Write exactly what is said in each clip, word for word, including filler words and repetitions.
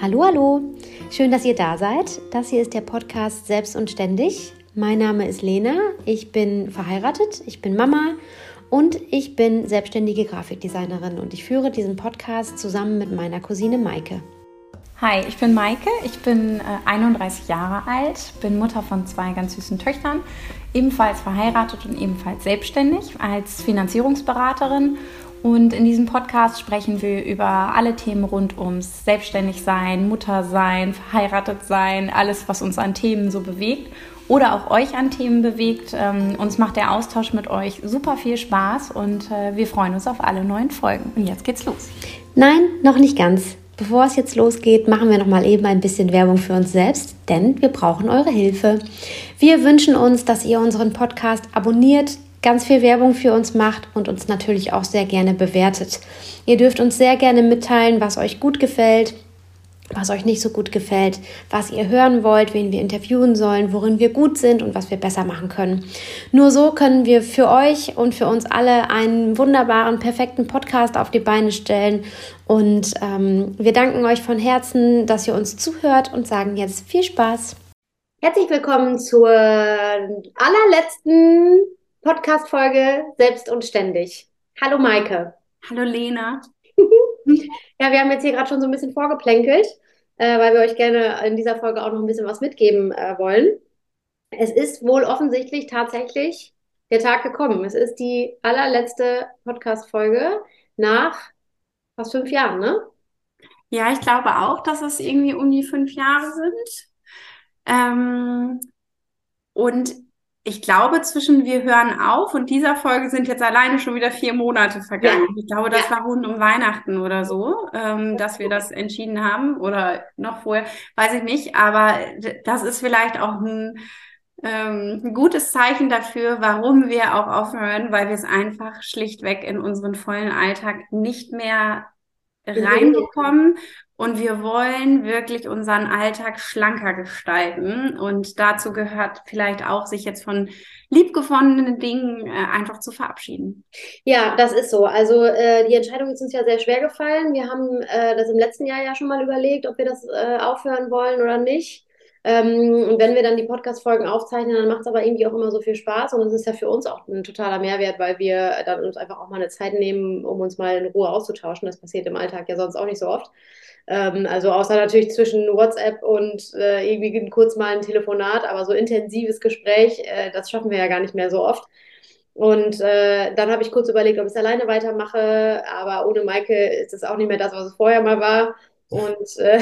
Hallo, hallo. Schön, dass ihr da seid. Das hier ist der Podcast Selbst und Ständig. Mein Name ist Lena. Ich bin verheiratet, ich bin Mama und ich bin selbstständige Grafikdesignerin und ich führe diesen Podcast zusammen mit meiner Cousine Maike. Hi, ich bin Maike, ich bin äh, einunddreißig Jahre alt, bin Mutter von zwei ganz süßen Töchtern, ebenfalls verheiratet und ebenfalls selbstständig als Finanzierungsberaterin. Und in diesem Podcast sprechen wir über alle Themen rund ums Selbstständigsein, Muttersein, Verheiratetsein, alles, was uns an Themen so bewegt oder auch euch an Themen bewegt. Ähm, uns macht der Austausch mit euch super viel Spaß und äh, wir freuen uns auf alle neuen Folgen. Und jetzt geht's los. Nein, noch nicht ganz. Bevor es jetzt losgeht, machen wir noch mal eben ein bisschen Werbung für uns selbst, denn wir brauchen eure Hilfe. Wir wünschen uns, dass ihr unseren Podcast abonniert, ganz viel Werbung für uns macht und uns natürlich auch sehr gerne bewertet. Ihr dürft uns sehr gerne mitteilen, was euch gut gefällt, was euch nicht so gut gefällt, was ihr hören wollt, wen wir interviewen sollen, worin wir gut sind und was wir besser machen können. Nur so können wir für euch und für uns alle einen wunderbaren, perfekten Podcast auf die Beine stellen. Und ähm, wir danken euch von Herzen, dass ihr uns zuhört und sagen jetzt viel Spaß. Herzlich willkommen zur allerletzten Podcast-Folge Selbst und Ständig. Hallo Maike. Hallo Lena. Ja, wir haben jetzt hier gerade schon so ein bisschen vorgeplänkelt, äh, weil wir euch gerne in dieser Folge auch noch ein bisschen was mitgeben äh, wollen. Es ist wohl offensichtlich tatsächlich der Tag gekommen. Es ist die allerletzte Podcast-Folge nach fast fünf Jahren, ne? Ja, ich glaube auch, dass es irgendwie um die fünf Jahre sind. Ähm, und ich glaube, zwischen wir hören auf und dieser Folge sind jetzt alleine schon wieder vier Monate Ja, vergangen. Ich glaube, das ja. war rund um Weihnachten oder so, ähm, dass wir das entschieden haben oder noch vorher, weiß ich nicht. Aber d- das ist vielleicht auch ein, ähm, ein gutes Zeichen dafür, warum wir auch aufhören, weil wir es einfach schlichtweg in unseren vollen Alltag nicht mehr reinbekommen und wir wollen wirklich unseren Alltag schlanker gestalten und dazu gehört vielleicht auch, sich jetzt von liebgewonnenen Dingen äh, einfach zu verabschieden. Ja, das ist so. Also äh, die Entscheidung ist uns ja sehr schwer gefallen. Wir haben äh, das im letzten Jahr ja schon mal überlegt, ob wir das äh, aufhören wollen oder nicht. Ähm, und wenn wir dann die Podcast-Folgen aufzeichnen, dann macht es aber irgendwie auch immer so viel Spaß. Und es ist ja für uns auch ein totaler Mehrwert, weil wir dann uns einfach auch mal eine Zeit nehmen, um uns mal in Ruhe auszutauschen. Das passiert im Alltag ja sonst auch nicht so oft. Ähm, also außer natürlich zwischen WhatsApp und äh, irgendwie kurz mal ein Telefonat, aber so intensives Gespräch, äh, das schaffen wir ja gar nicht mehr so oft. Und äh, dann habe ich kurz überlegt, ob ich es alleine weitermache, aber ohne Maike ist es auch nicht mehr das, was es vorher mal war. Und äh,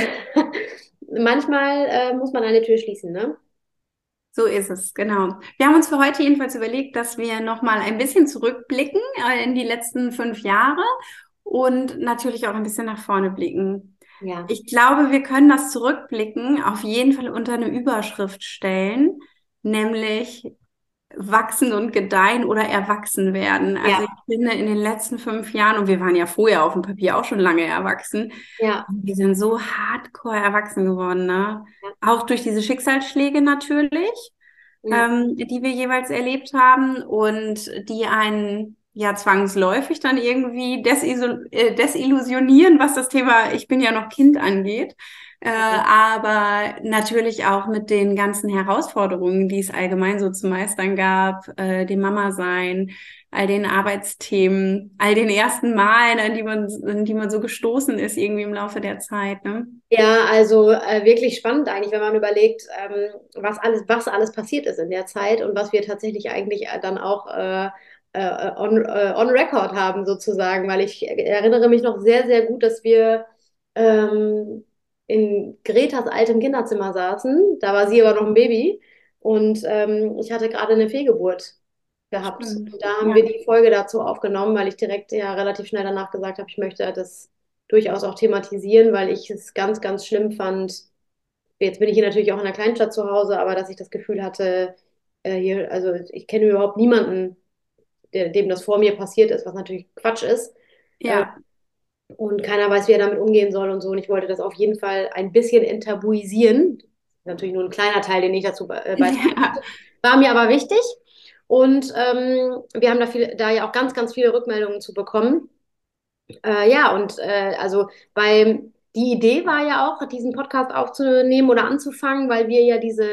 manchmal äh, muss man eine Tür schließen, ne? So ist es, genau. Wir haben uns für heute jedenfalls überlegt, dass wir nochmal ein bisschen zurückblicken äh, in die letzten fünf Jahre und natürlich auch ein bisschen nach vorne blicken. Ja. Ich glaube, wir können das Zurückblicken auf jeden Fall unter eine Überschrift stellen, nämlich wachsen und gedeihen oder erwachsen werden. Also Ja, ich finde, in den letzten fünf Jahren, und wir waren ja vorher auf dem Papier auch schon lange erwachsen, ja, wir sind so hardcore erwachsen geworden, ne? ja, Auch durch diese Schicksalsschläge natürlich, ja. ähm, die wir jeweils erlebt haben und die einen ja zwangsläufig dann irgendwie desiso- äh, desillusionieren, was das Thema Ich bin ja noch Kind angeht. Äh, aber natürlich auch mit den ganzen Herausforderungen, die es allgemein so zu meistern gab, äh, dem Mama-Sein, all den Arbeitsthemen, all den ersten Malen, an die man, an die man so gestoßen ist irgendwie im Laufe der Zeit, ne? Ja, also äh, wirklich spannend eigentlich, wenn man überlegt, ähm, was alles, was alles passiert ist in der Zeit und was wir tatsächlich eigentlich äh, dann auch äh, äh, on, äh, on record haben sozusagen, weil ich erinnere mich noch sehr, sehr gut, dass wir ähm, in Gretas altem Kinderzimmer saßen. Da war sie aber noch ein Baby und ähm, ich hatte gerade eine Fehlgeburt gehabt. Stimmt. Und da haben wir Ja. die Folge dazu aufgenommen, weil ich direkt ja relativ schnell danach gesagt habe, ich möchte das durchaus auch thematisieren, weil ich es ganz, ganz schlimm fand. Jetzt bin ich hier natürlich auch in einer Kleinstadt zu Hause, aber dass ich das Gefühl hatte, äh, hier, also ich kenne überhaupt niemanden, der, dem das vor mir passiert ist, was natürlich Quatsch ist. Äh, Ja. und keiner weiß, wie er damit umgehen soll und so. Und ich wollte das auf jeden Fall ein bisschen enttabuisieren. Natürlich nur ein kleiner Teil, den ich dazu äh, beitragen Ja. konnte. War mir aber wichtig. Und ähm, wir haben da, viel, da ja auch ganz, ganz viele Rückmeldungen zu bekommen. Äh, ja, und äh, also bei die Idee war ja auch, diesen Podcast aufzunehmen oder anzufangen, weil wir ja diese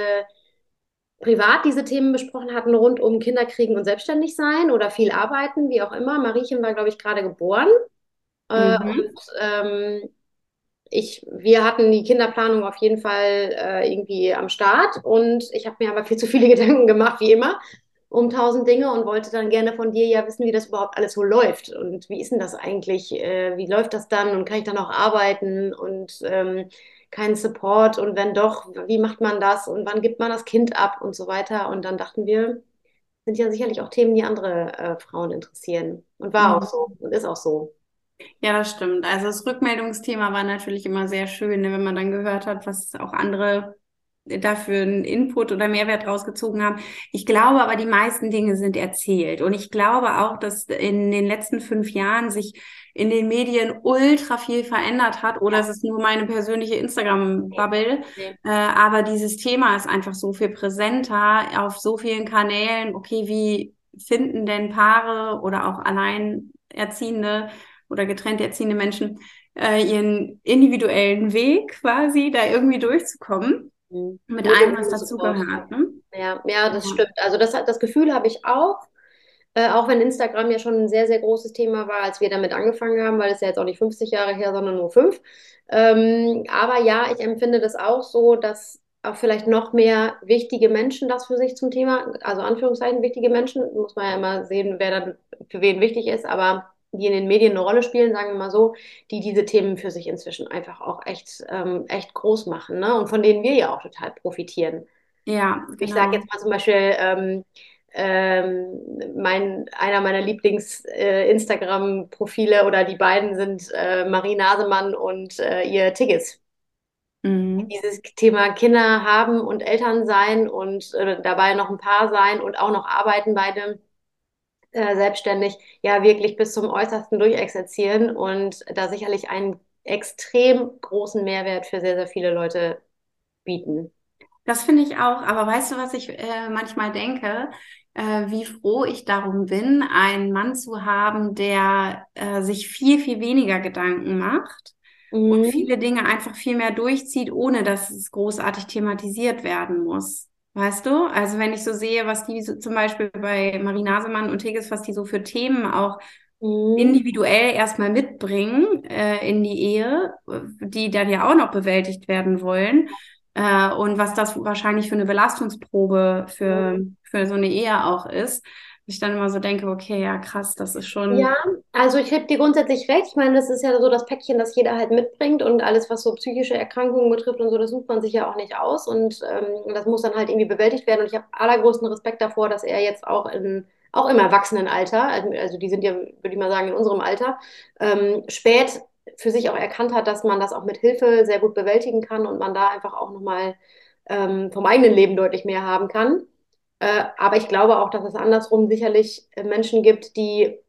privat diese Themen besprochen hatten rund um Kinderkriegen und selbstständig sein oder viel arbeiten, wie auch immer. Mariechen war, glaube ich, gerade geboren. Äh, Mhm. und ähm, ich, wir hatten die Kinderplanung auf jeden Fall äh, irgendwie am Start und ich habe mir aber viel zu viele Gedanken gemacht, wie immer, um tausend Dinge und wollte dann gerne von dir ja wissen, wie das überhaupt alles so läuft und wie ist denn das eigentlich, äh, wie läuft das dann und kann ich dann auch arbeiten und ähm, keinen Support und wenn doch, wie macht man das und wann gibt man das Kind ab und so weiter und dann dachten wir, sind ja sicherlich auch Themen, die andere äh, Frauen interessieren und war auch Mhm. so und ist auch so. Ja, das stimmt. Also das Rückmeldungsthema war natürlich immer sehr schön, ne, wenn man dann gehört hat, was auch andere dafür einen Input oder Mehrwert rausgezogen haben. Ich glaube aber, die meisten Dinge sind erzählt. Und ich glaube auch, dass in den letzten fünf Jahren sich in den Medien ultra viel verändert hat. Oder Ja, es ist nur meine persönliche nee, Instagram-Bubble. nee. Äh, aber dieses Thema ist einfach so viel präsenter auf so vielen Kanälen. Okay, wie finden denn Paare oder auch Alleinerziehende oder getrennt erziehende Menschen äh, ihren individuellen Weg quasi, da irgendwie durchzukommen, Mhm. mit Mit und allem, was ohne Support. dazugehört. Ne? Ja, ja, das Ja. stimmt. Also das, das Gefühl habe ich auch. Äh, auch wenn Instagram ja schon ein sehr, sehr großes Thema war, als wir damit angefangen haben, weil es ja jetzt auch nicht fünfzig Jahre her, sondern nur fünf. Ähm, aber ja, ich empfinde das auch so, dass auch vielleicht noch mehr wichtige Menschen das für sich zum Thema, also Anführungszeichen wichtige Menschen, muss man ja immer sehen, wer dann für wen wichtig ist, aber die in den Medien eine Rolle spielen, sagen wir mal so, die diese Themen für sich inzwischen einfach auch echt, ähm, echt groß machen, ne? Und von denen wir ja auch total profitieren. Ja, Ich sage genau. jetzt mal zum Beispiel, ähm, ähm, mein, einer meiner Lieblings-Instagram-Profile oder die beiden sind äh, Marie Nasemann und äh, ihr Tigges. Mhm. Dieses Thema Kinder haben und Eltern sein und äh, dabei noch ein Paar sein und auch noch arbeiten beide äh, selbstständig, ja wirklich bis zum Äußersten durchexerzieren und da sicherlich einen extrem großen Mehrwert für sehr, sehr viele Leute bieten. Das finde ich auch. Aber weißt du, was ich äh, manchmal denke? Äh, wie froh ich darum bin, einen Mann zu haben, der äh, sich viel, viel weniger Gedanken macht und Mhm. viele Dinge einfach viel mehr durchzieht, ohne dass es großartig thematisiert werden muss. Weißt du? Also wenn ich so sehe, was die so, zum Beispiel bei Marie Nasemann und Tigges, was die so für Themen auch Mhm. individuell erstmal mitbringen äh, in die Ehe, die dann ja auch noch bewältigt werden wollen. Äh, und was das wahrscheinlich für eine Belastungsprobe für, für so eine Ehe auch ist. Ich dann immer so denke, okay, ja krass, das ist Ja, schon, also ich gebe dir grundsätzlich recht. Ich meine, das ist ja so das Päckchen, das jeder halt mitbringt und alles, was so psychische Erkrankungen betrifft und so, das sucht man sich ja auch nicht aus und ähm, das muss dann halt irgendwie bewältigt werden. Und ich habe allergrößten Respekt davor, dass er jetzt auch in, auch im Erwachsenenalter, also also die sind ja, würde ich mal sagen, in unserem Alter, ähm, spät für sich auch erkannt hat, dass man das auch mit Hilfe sehr gut bewältigen kann und man da einfach auch nochmal ähm, vom eigenen Leben deutlich mehr haben kann. Äh, aber ich glaube auch, dass es andersrum sicherlich äh, Menschen gibt, die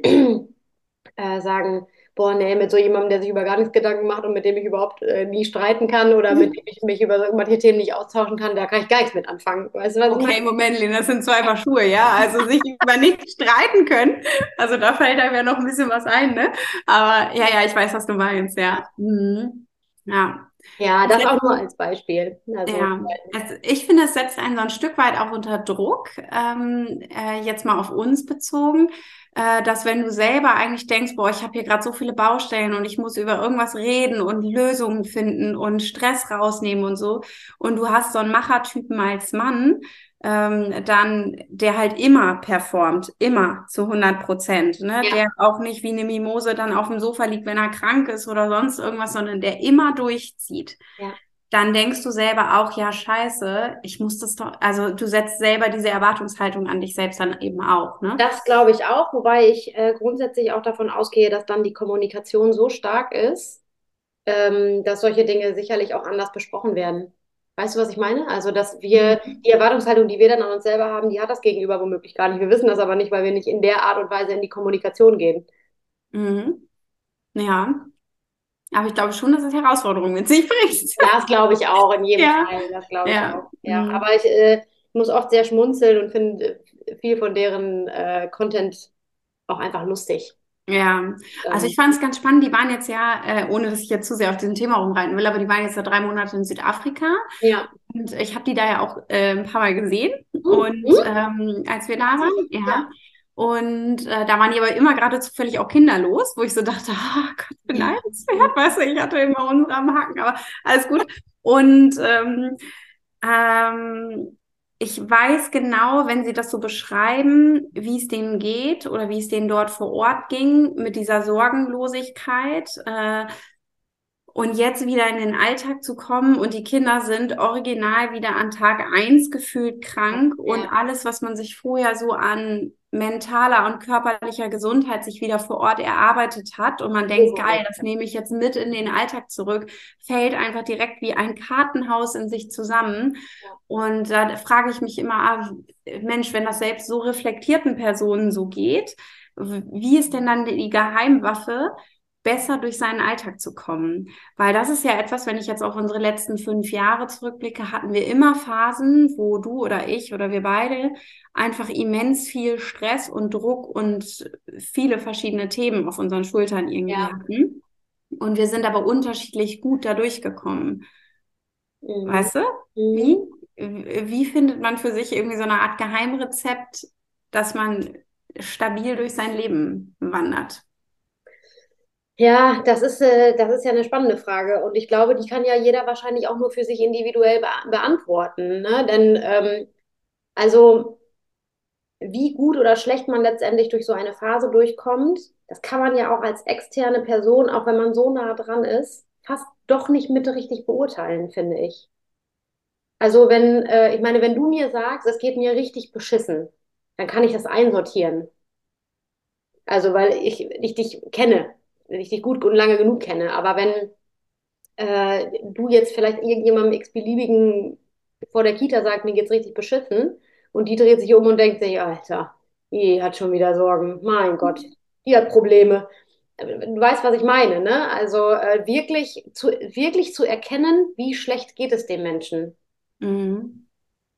äh, sagen, boah, nee, mit so jemandem, der sich über gar nichts Gedanken macht und mit dem ich überhaupt äh, nie streiten kann oder mit dem ich mich über irgendwelche Themen nicht austauschen kann, da kann ich gar nichts mit anfangen. Weißt du, was ich meine? okay, Moment, Lena, das sind zwei Paar Schuhe, ja. Also sich über nichts streiten können. Also da fällt einem ja noch ein bisschen was ein, ne? Aber ja, ja, ich weiß, was du meinst, ja. Mhm. Ja. Ja, Das das auch setzt nur als Beispiel. Also, Ja, es, ich finde, es setzt einen so ein Stück weit auch unter Druck, ähm, äh, jetzt mal auf uns bezogen, äh, dass wenn du selber eigentlich denkst, boah, ich habe hier gerade so viele Baustellen und ich muss über irgendwas reden und Lösungen finden und Stress rausnehmen und so, und du hast so einen Machertypen als Mann, ähm, dann der halt immer performt, immer zu hundert Prozent, ne? ja, Der auch nicht wie eine Mimose dann auf dem Sofa liegt, wenn er krank ist oder sonst irgendwas, sondern der immer durchzieht, ja. dann denkst du selber auch, ja, scheiße, ich muss das doch, also du setzt selber diese Erwartungshaltung an dich selbst dann eben auch, ne? Das glaube ich auch, wobei ich äh, grundsätzlich auch davon ausgehe, dass dann die Kommunikation so stark ist, ähm, dass solche Dinge sicherlich auch anders besprochen werden. Weißt du, was ich meine? Also, dass wir Mhm. die Erwartungshaltung, die wir dann an uns selber haben, die hat das Gegenüber womöglich gar nicht. Wir wissen das aber nicht, weil wir nicht in der Art und Weise in die Kommunikation gehen. Mhm. Ja, aber ich glaube schon, dass es Herausforderungen mit sich bringt. Ja, das glaube ich auch, in jedem Ja, Fall. Das glaube ich ja. auch. Ja, Mhm. aber ich äh, muss oft sehr schmunzeln und finde viel von deren äh, Content auch einfach lustig. Ja, also ich Ähm, fand es ganz spannend. Die waren jetzt ja, äh, ohne dass ich jetzt zu sehr auf diesem Thema rumreiten will, aber die waren jetzt ja drei Monate in Südafrika. ja. Und ich habe die da ja auch äh, ein paar Mal gesehen. Hm, Und hm, ähm, als wir da waren, tatsächlich, ja. ja. Und äh, da waren die aber immer gerade zufällig auch kinderlos, wo ich so dachte, ah Gott, beneidenswert, weißt du, ich hatte immer unsere am Haken, aber alles gut. Und ähm, ähm, ich weiß genau, wenn Sie das so beschreiben, wie es denen geht oder wie es denen dort vor Ort ging mit dieser Sorgenlosigkeit. Äh, und jetzt wieder in den Alltag zu kommen und die Kinder sind original wieder an Tag eins gefühlt krank und Ja, alles, was man sich vorher so an mentaler und körperlicher Gesundheit sich wieder vor Ort erarbeitet hat und man denkt, so weg. geil, das nehme ich jetzt mit in den Alltag zurück, fällt einfach direkt wie ein Kartenhaus in sich zusammen. Ja. Und da frage ich mich immer, ah, Mensch, wenn das selbst so reflektierten Personen so geht, wie ist denn dann die Geheimwaffe, besser durch seinen Alltag zu kommen? Weil das ist ja etwas, wenn ich jetzt auf unsere letzten fünf Jahre zurückblicke, hatten wir immer Phasen, wo du oder ich oder wir beide einfach immens viel Stress und Druck und viele verschiedene Themen auf unseren Schultern irgendwie Ja. hatten. Und wir sind aber unterschiedlich gut da durchgekommen. Mhm. Weißt du? Wie? Mhm. Wie findet man für sich irgendwie so eine Art Geheimrezept, dass man stabil durch sein Leben wandert? Ja, das ist, äh, das ist ja eine spannende Frage. Und ich glaube, die kann ja jeder wahrscheinlich auch nur für sich individuell be beantworten. Ne? Denn, ähm, also, wie gut oder schlecht man letztendlich durch so eine Phase durchkommt, das kann man ja auch als externe Person, auch wenn man so nah dran ist, fast doch nicht mit richtig beurteilen, finde ich. Also, wenn, äh, ich meine, wenn du mir sagst, es geht mir richtig beschissen, dann kann ich das einsortieren. Also, weil ich, ich dich kenne, wenn ich dich gut und lange genug kenne. Aber wenn äh, du jetzt vielleicht irgendjemandem x-beliebigen vor der Kita sagt, mir geht's richtig beschissen, und die dreht sich um und denkt sich, Alter, die hat schon wieder Sorgen. Mein Gott, die hat Probleme. Du weißt, was ich meine, ne? Also äh, wirklich zu, wirklich zu erkennen, wie schlecht geht es dem Menschen. Mhm.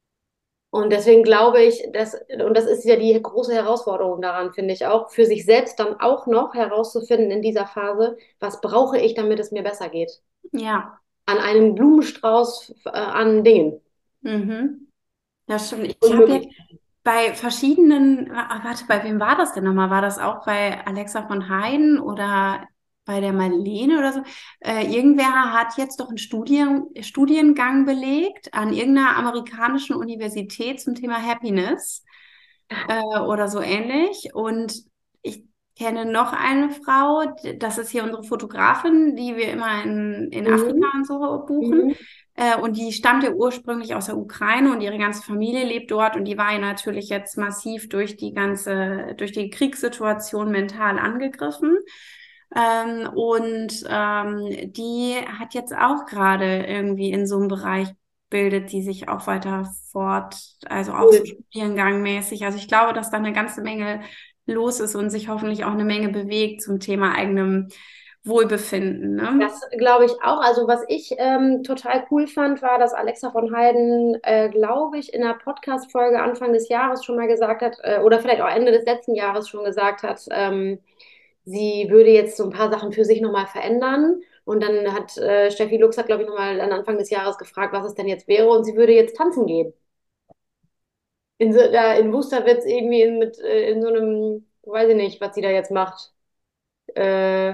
Und deswegen glaube ich, dass, und das ist ja die große Herausforderung daran, finde ich auch, für sich selbst dann auch noch herauszufinden in dieser Phase, was brauche ich, damit es mir besser geht. Ja. An einem Blumenstrauß äh, an Dingen Mhm. Ja, stimmt. Ich und habe jetzt Möglichkeiten. bei verschiedenen, ah, warte, bei wem war das denn nochmal? War das auch bei Alexa von Heiden oder bei der Marlene oder so? Äh, irgendwer hat jetzt doch einen Studien, Studiengang belegt an irgendeiner amerikanischen Universität zum Thema Happiness äh, oder so ähnlich. Und ich kenne noch eine Frau, d- das ist hier unsere Fotografin, die wir immer in, in Afrika Mhm. und so buchen. Mhm. Äh, und die stammt ja ursprünglich aus der Ukraine und ihre ganze Familie lebt dort. Und die war ja natürlich jetzt massiv durch die ganze, durch die Kriegssituation mental angegriffen. Ähm, und ähm, die hat jetzt auch gerade irgendwie in so einem Bereich bildet die sich auch weiter fort, also auch so Cool. studiengangmäßig. Also ich glaube, dass da eine ganze Menge los ist und sich hoffentlich auch eine Menge bewegt zum Thema eigenem Wohlbefinden, ne? Das glaube ich auch. Also was ich ähm, total cool fand, war, dass Alexa von Heiden, äh, glaube ich, in einer Podcast-Folge Anfang des Jahres schon mal gesagt hat, äh, oder vielleicht auch Ende des letzten Jahres schon gesagt hat, ähm, sie würde jetzt so ein paar Sachen für sich nochmal verändern. Und dann hat äh, Steffi Lux hat, glaube ich, nochmal an Anfang des Jahres gefragt, was es denn jetzt wäre. Und sie würde jetzt tanzen gehen. In, so, da in Wusterwitz irgendwie in, mit, äh, in so einem, weiß ich nicht, was sie da jetzt macht. Äh,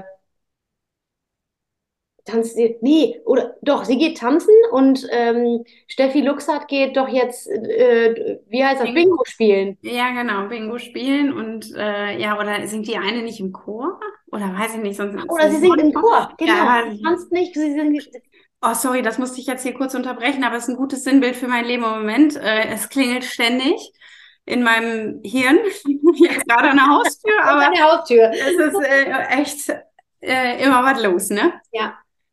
Tanzt sie? Nee, oder doch, sie geht tanzen und ähm, Steffi Luxert geht doch jetzt, äh, wie heißt das, Bing- Bingo spielen. Ja, genau, Bingo spielen und äh, ja, oder singt die eine nicht im Chor? Oder weiß ich nicht, sonst ist Oder ein sie singt im Chor. Chor, Ja, genau. weiß Sie ich nicht. tanzt nicht, sie singt. Oh, sorry, das musste ich jetzt hier kurz unterbrechen, aber es ist ein gutes Sinnbild für mein Leben im Moment. Äh, es klingelt ständig in meinem Hirn, jetzt gerade an der Haustür, Unter aber der Haustür. es ist äh, echt äh, immer was los, ne? Ja.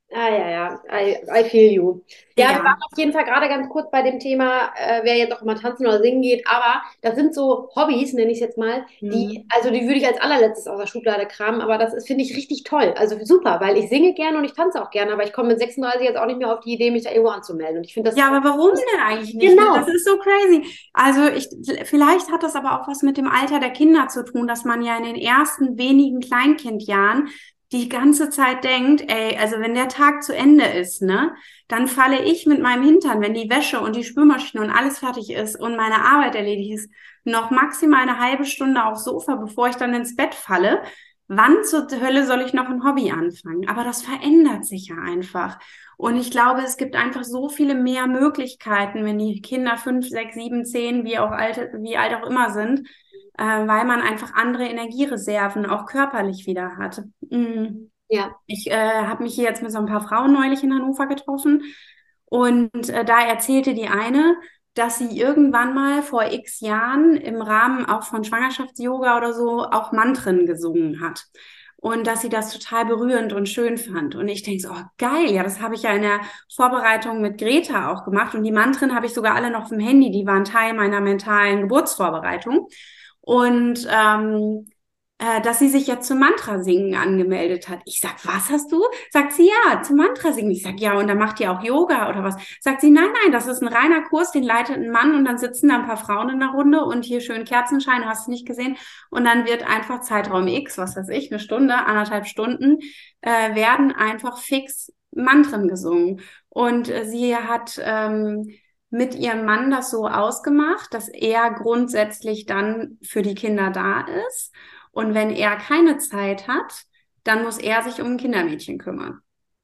Ah, ja, ja, I, I feel you. Ja, wir waren Ja. auf jeden Fall gerade ganz kurz bei dem Thema, äh, wer jetzt auch immer tanzen oder singen geht, aber das sind so Hobbys, nenne ich es jetzt mal, die, Mhm. also die würde ich als allerletztes aus der Schublade kramen, aber das ist, finde ich, richtig toll. Also super, weil ich singe gerne und ich tanze auch gerne, aber ich komme mit sechsunddreißig jetzt auch nicht mehr auf die Idee, mich da irgendwo anzumelden. Und ich finde das, Ja, aber warum denn eigentlich nicht? Ne? Das genau, ist so crazy. Also ich, vielleicht hat das aber auch was mit dem Alter der Kinder zu tun, dass man ja in den ersten wenigen Kleinkindjahren die ganze Zeit denkt, ey, also wenn der Tag zu Ende ist, ne, dann falle ich mit meinem Hintern, wenn die Wäsche und die Spülmaschine und alles fertig ist und meine Arbeit erledigt ist, noch maximal eine halbe Stunde aufs Sofa, bevor ich dann ins Bett falle. Wann zur Hölle soll ich noch ein Hobby anfangen? Aber das verändert sich ja einfach. Und ich glaube, es gibt einfach so viele mehr Möglichkeiten, wenn die Kinder fünf, sechs, sieben, zehn, wie auch alt, wie alt auch immer sind, äh, weil man einfach andere Energiereserven auch körperlich wieder hat. Mm. ja, Ich äh, habe mich hier jetzt mit so ein paar Frauen neulich in Hannover getroffen und äh, da erzählte die eine, dass sie irgendwann mal vor x Jahren im Rahmen auch von Schwangerschafts-Yoga oder so auch Mantren gesungen hat. Und dass sie das total berührend und schön fand. Und ich denke so, oh geil, ja, das habe ich ja in der Vorbereitung mit Greta auch gemacht. Und die Mantren habe ich sogar alle noch auf dem Handy, die waren Teil meiner mentalen Geburtsvorbereitung. Und ähm, äh, dass sie sich jetzt zum Mantra-Singen angemeldet hat. Ich sag, was hast du? Sagt sie, ja, zum Mantra-Singen. Ich sag, ja, und dann macht ihr auch Yoga oder was? Sagt sie, nein, nein, das ist ein reiner Kurs, den leitet ein Mann und dann sitzen da ein paar Frauen in der Runde und hier schön Kerzenschein, hast du nicht gesehen? Und dann wird einfach Zeitraum X, was weiß ich, eine Stunde, anderthalb Stunden, äh, werden einfach fix Mantren gesungen. Und äh, sie hat ähm, mit ihrem Mann das so ausgemacht, dass er grundsätzlich dann für die Kinder da ist. Und wenn er keine Zeit hat, dann muss er sich um ein Kindermädchen kümmern.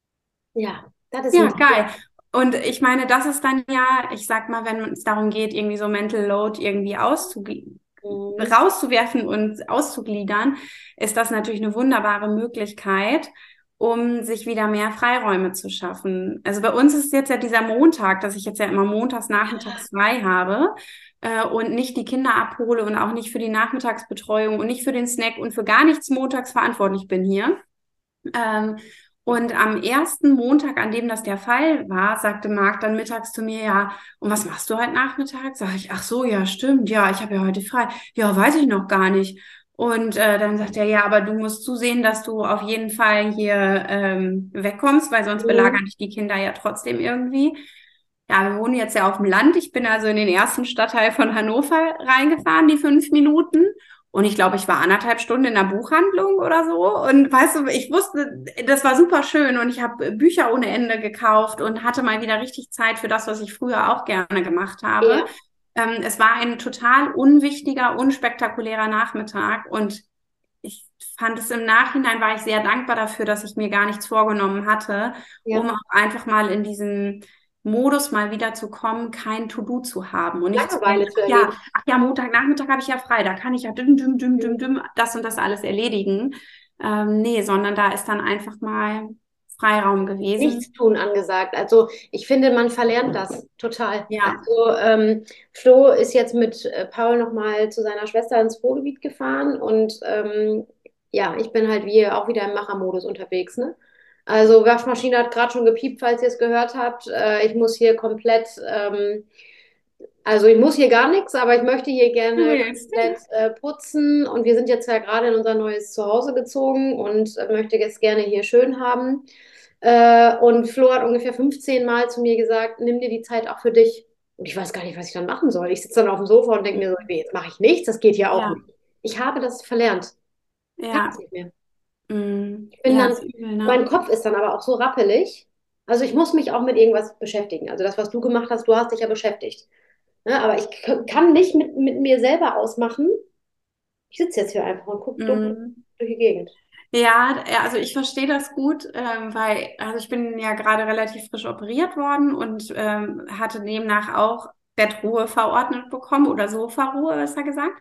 ja, das ist Ja, ein geil. Und ich meine, das ist dann ja, ich sag mal, wenn es darum geht, irgendwie so Mental Load irgendwie auszugliedern, Mhm. rauszuwerfen und auszugliedern, ist das natürlich eine wunderbare Möglichkeit, um sich wieder mehr Freiräume zu schaffen. Also bei uns ist jetzt ja dieser Montag, dass ich jetzt ja immer montags nachmittags frei habe äh, und nicht die Kinder abhole und auch nicht für die Nachmittagsbetreuung und nicht für den Snack und für gar nichts montags verantwortlich bin hier. Ähm, und am ersten Montag, an dem das der Fall war, sagte Marc dann mittags zu mir, ja, und was machst du heute Nachmittag? Sag ich, ach so, ja, stimmt, ja, ich habe ja heute frei. Ja, weiß ich noch gar nicht. Und äh, dann sagt er, ja, aber du musst zusehen, dass du auf jeden Fall hier ähm, wegkommst, weil sonst Mhm. belagern dich die Kinder ja trotzdem irgendwie. Ja, wir wohnen jetzt ja auf dem Land. Ich bin also in den ersten Stadtteil von Hannover reingefahren, die fünf Minuten. Und ich glaube, ich war anderthalb Stunden in der Buchhandlung oder so. Und weißt du, ich wusste, das war super schön und ich habe Bücher ohne Ende gekauft und hatte mal wieder richtig Zeit für das, was ich früher auch gerne gemacht habe. Ja, Ähm, es war ein total unwichtiger, unspektakulärer Nachmittag und ich fand es im Nachhinein, war ich sehr dankbar dafür, dass ich mir gar nichts vorgenommen hatte, um ja. auch einfach mal in diesen Modus mal wieder zu kommen, kein To-Do zu haben und nicht zu denken, Langeweile zu ach ja, erleben. ach ja, Montagnachmittag habe ich ja frei, da kann ich ja düm, düm, düm, düm, düm, das und das alles erledigen. Ähm, nee, sondern da ist dann einfach mal Freiraum gewesen. Nichtstun angesagt. Also ich finde, man verlernt das total. Ja, Also ähm, Flo ist jetzt mit äh, Paul nochmal zu seiner Schwester ins Ruhrgebiet gefahren und ähm, ja, ich bin halt wie auch wieder im Machermodus unterwegs, ne? Also Waschmaschine hat gerade schon gepiept, falls ihr es gehört habt. Äh, ich muss hier komplett, ähm, also ich muss hier gar nichts, aber ich möchte hier du gerne willst. komplett äh, putzen und wir sind jetzt ja gerade in unser neues Zuhause gezogen und äh, möchte es gerne hier schön haben. Äh, und Flo hat ungefähr fünfzehn Mal zu mir gesagt, nimm dir die Zeit auch für dich. Und ich weiß gar nicht, was ich dann machen soll. Ich sitze dann auf dem Sofa und denke mir so, nee, jetzt mache ich nichts, das geht ja auch Ja, nicht. Ich habe das verlernt. Ich kann es ja, nicht mehr. mm, Ich bin ja, dann, ist übel, mein ne? Kopf ist dann aber auch so rappelig. Also ich muss mich auch mit irgendwas beschäftigen. Also das, was du gemacht hast, du hast dich ja beschäftigt. Ne? Aber ich k- kann nicht mit, mit mir selber ausmachen. Ich sitze jetzt hier einfach und gucke dumm Mm. durch die Gegend. Ja, ja, also ich verstehe das gut, ähm, weil also ich bin ja gerade relativ frisch operiert worden und ähm, hatte demnach auch Bettruhe verordnet bekommen oder Sofaruhe, besser gesagt.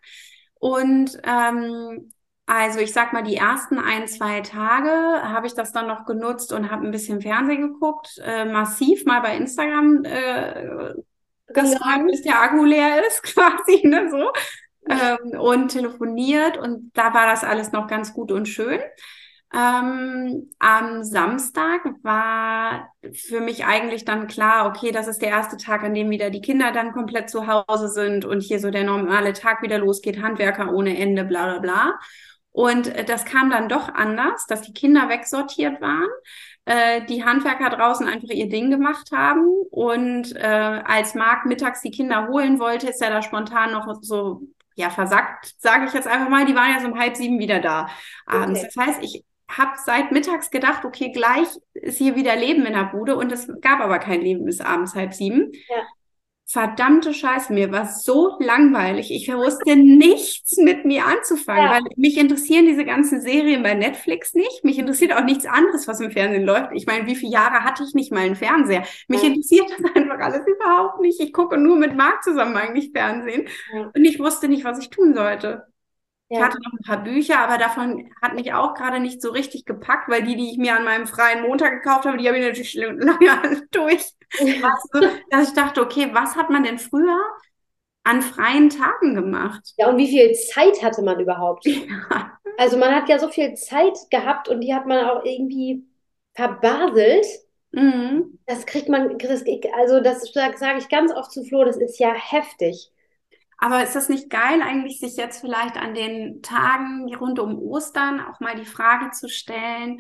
Und ähm, also ich sag mal, die ersten ein, zwei Tage habe ich das dann noch genutzt und habe ein bisschen Fernsehen geguckt, äh, massiv mal bei Instagram äh, geswiped, Rumgehangen. bis der Akku leer ist, quasi, ne, so. Ähm, und telefoniert und da war das alles noch ganz gut und schön. Ähm, am Samstag war für mich eigentlich dann klar, okay, das ist der erste Tag, an dem wieder die Kinder dann komplett zu Hause sind und hier so der normale Tag wieder losgeht, Handwerker ohne Ende, bla bla bla. Und äh, das kam dann doch anders, dass die Kinder wegsortiert waren, äh, die Handwerker draußen einfach ihr Ding gemacht haben und äh, als Marc mittags die Kinder holen wollte, ist er da spontan noch so, ja, versackt, sage ich jetzt einfach mal. Die waren ja so um halb sieben wieder da abends. Okay. Das heißt, ich habe seit mittags gedacht, okay, gleich ist hier wieder Leben in der Bude und es gab aber kein Leben bis abends halb sieben. Ja, Verdammte Scheiße, mir war so langweilig. Ich wusste nichts mit mir anzufangen, ja, weil mich interessieren diese ganzen Serien bei Netflix nicht. Mich interessiert auch nichts anderes, was im Fernsehen läuft. Ich meine, wie viele Jahre hatte ich nicht mal einen Fernseher? Mich ja, interessiert das einfach alles überhaupt nicht. Ich gucke nur mit Marc zusammen eigentlich Fernsehen ja, und ich wusste nicht, was ich tun sollte. Ich ja. hatte noch ein paar Bücher, aber davon hat mich auch gerade nicht so richtig gepackt, weil die, die ich mir an meinem freien Montag gekauft habe, die habe ich natürlich lange alle durch. Weißt du, dass ich dachte, okay, was hat man denn früher an freien Tagen gemacht? Ja, und wie viel Zeit hatte man überhaupt? Ja. Also man hat ja so viel Zeit gehabt und die hat man auch irgendwie verbaselt. Mhm. Das kriegt man, das, also das sage ich ganz oft zu Flo, das ist ja heftig. Aber ist das nicht geil, eigentlich sich jetzt vielleicht an den Tagen rund um Ostern auch mal die Frage zu stellen,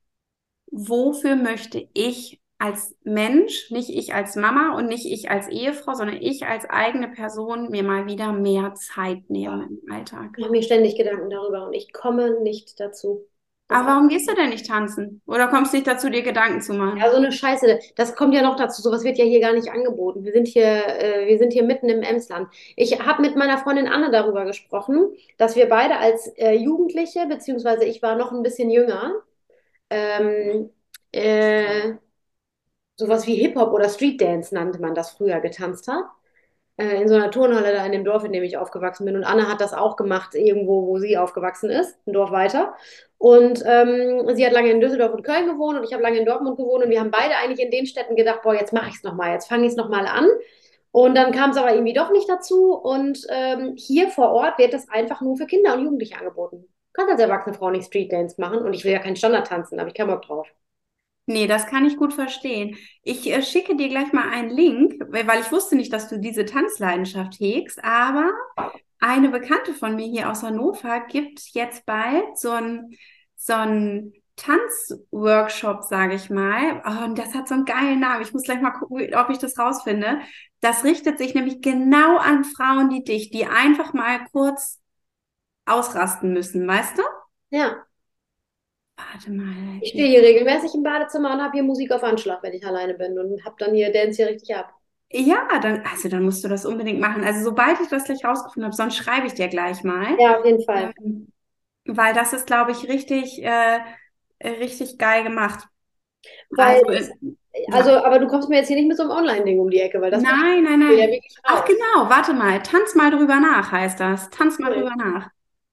wofür möchte ich als Mensch, nicht ich als Mama und nicht ich als Ehefrau, sondern ich als eigene Person mir mal wieder mehr Zeit nehmen im Alltag? Ich mache mir ständig Gedanken darüber und ich komme nicht dazu. Das Aber warum gehst du denn nicht tanzen? Oder kommst du nicht dazu, dir Gedanken zu Ja, machen? so eine Scheiße. Das kommt ja noch dazu. Sowas wird ja hier gar nicht angeboten. Wir sind hier, äh, wir sind hier mitten im Emsland. Ich habe mit meiner Freundin Anne darüber gesprochen, dass wir beide als äh, Jugendliche, beziehungsweise ich war noch ein bisschen jünger, ähm, äh, sowas wie Hip-Hop oder Street-Dance nannte man das früher, getanzt hat. Äh, in so einer Turnhalle da in dem Dorf, in dem ich aufgewachsen bin. Und Anne hat das auch gemacht, irgendwo, wo sie aufgewachsen ist, ein Dorf weiter. Und ähm, sie hat lange in Düsseldorf und Köln gewohnt und ich habe lange in Dortmund gewohnt. Und wir haben beide eigentlich in den Städten gedacht, boah, jetzt mache ich es nochmal, jetzt fange ich es nochmal an. Und dann kam es aber irgendwie doch nicht dazu. Und ähm, hier vor Ort wird das einfach nur für Kinder und Jugendliche angeboten. Du kannst als erwachsene Frau nicht Streetdance machen und ich will ja keinen Standard tanzen, da habe ich keinen Bock drauf. Nee, das kann ich gut verstehen. Ich äh, schicke dir gleich mal einen Link, weil weil ich wusste nicht, dass du diese Tanzleidenschaft hegst, aber eine Bekannte von mir hier aus Hannover gibt jetzt bald so ein, so ein Tanzworkshop, sage ich mal. Oh, und das hat so einen geilen Namen. Ich muss gleich mal gucken, ob ich das rausfinde. Das richtet sich nämlich genau an Frauen wie dich, die einfach mal kurz ausrasten müssen, weißt du? Ja, Warte mal. ich stehe hier regelmäßig im Badezimmer und habe hier Musik auf Anschlag, wenn ich alleine bin und habe dann hier Dance hier richtig ab. Ja, dann, also dann musst du das unbedingt machen. Also sobald ich das gleich rausgefunden habe, sonst schreibe ich dir gleich mal. Ja, auf jeden Fall. Ähm, weil das ist, glaube ich, richtig, äh, äh, richtig geil gemacht. Weil, Also, äh, also, ja. aber du kommst mir jetzt hier nicht mit so einem Online-Ding um die Ecke, weil das will ich, Nein, nein, will ja nein. wirklich Ach raus. genau, warte mal. Tanz mal drüber nach, heißt das. Tanz mal Cool. drüber nach.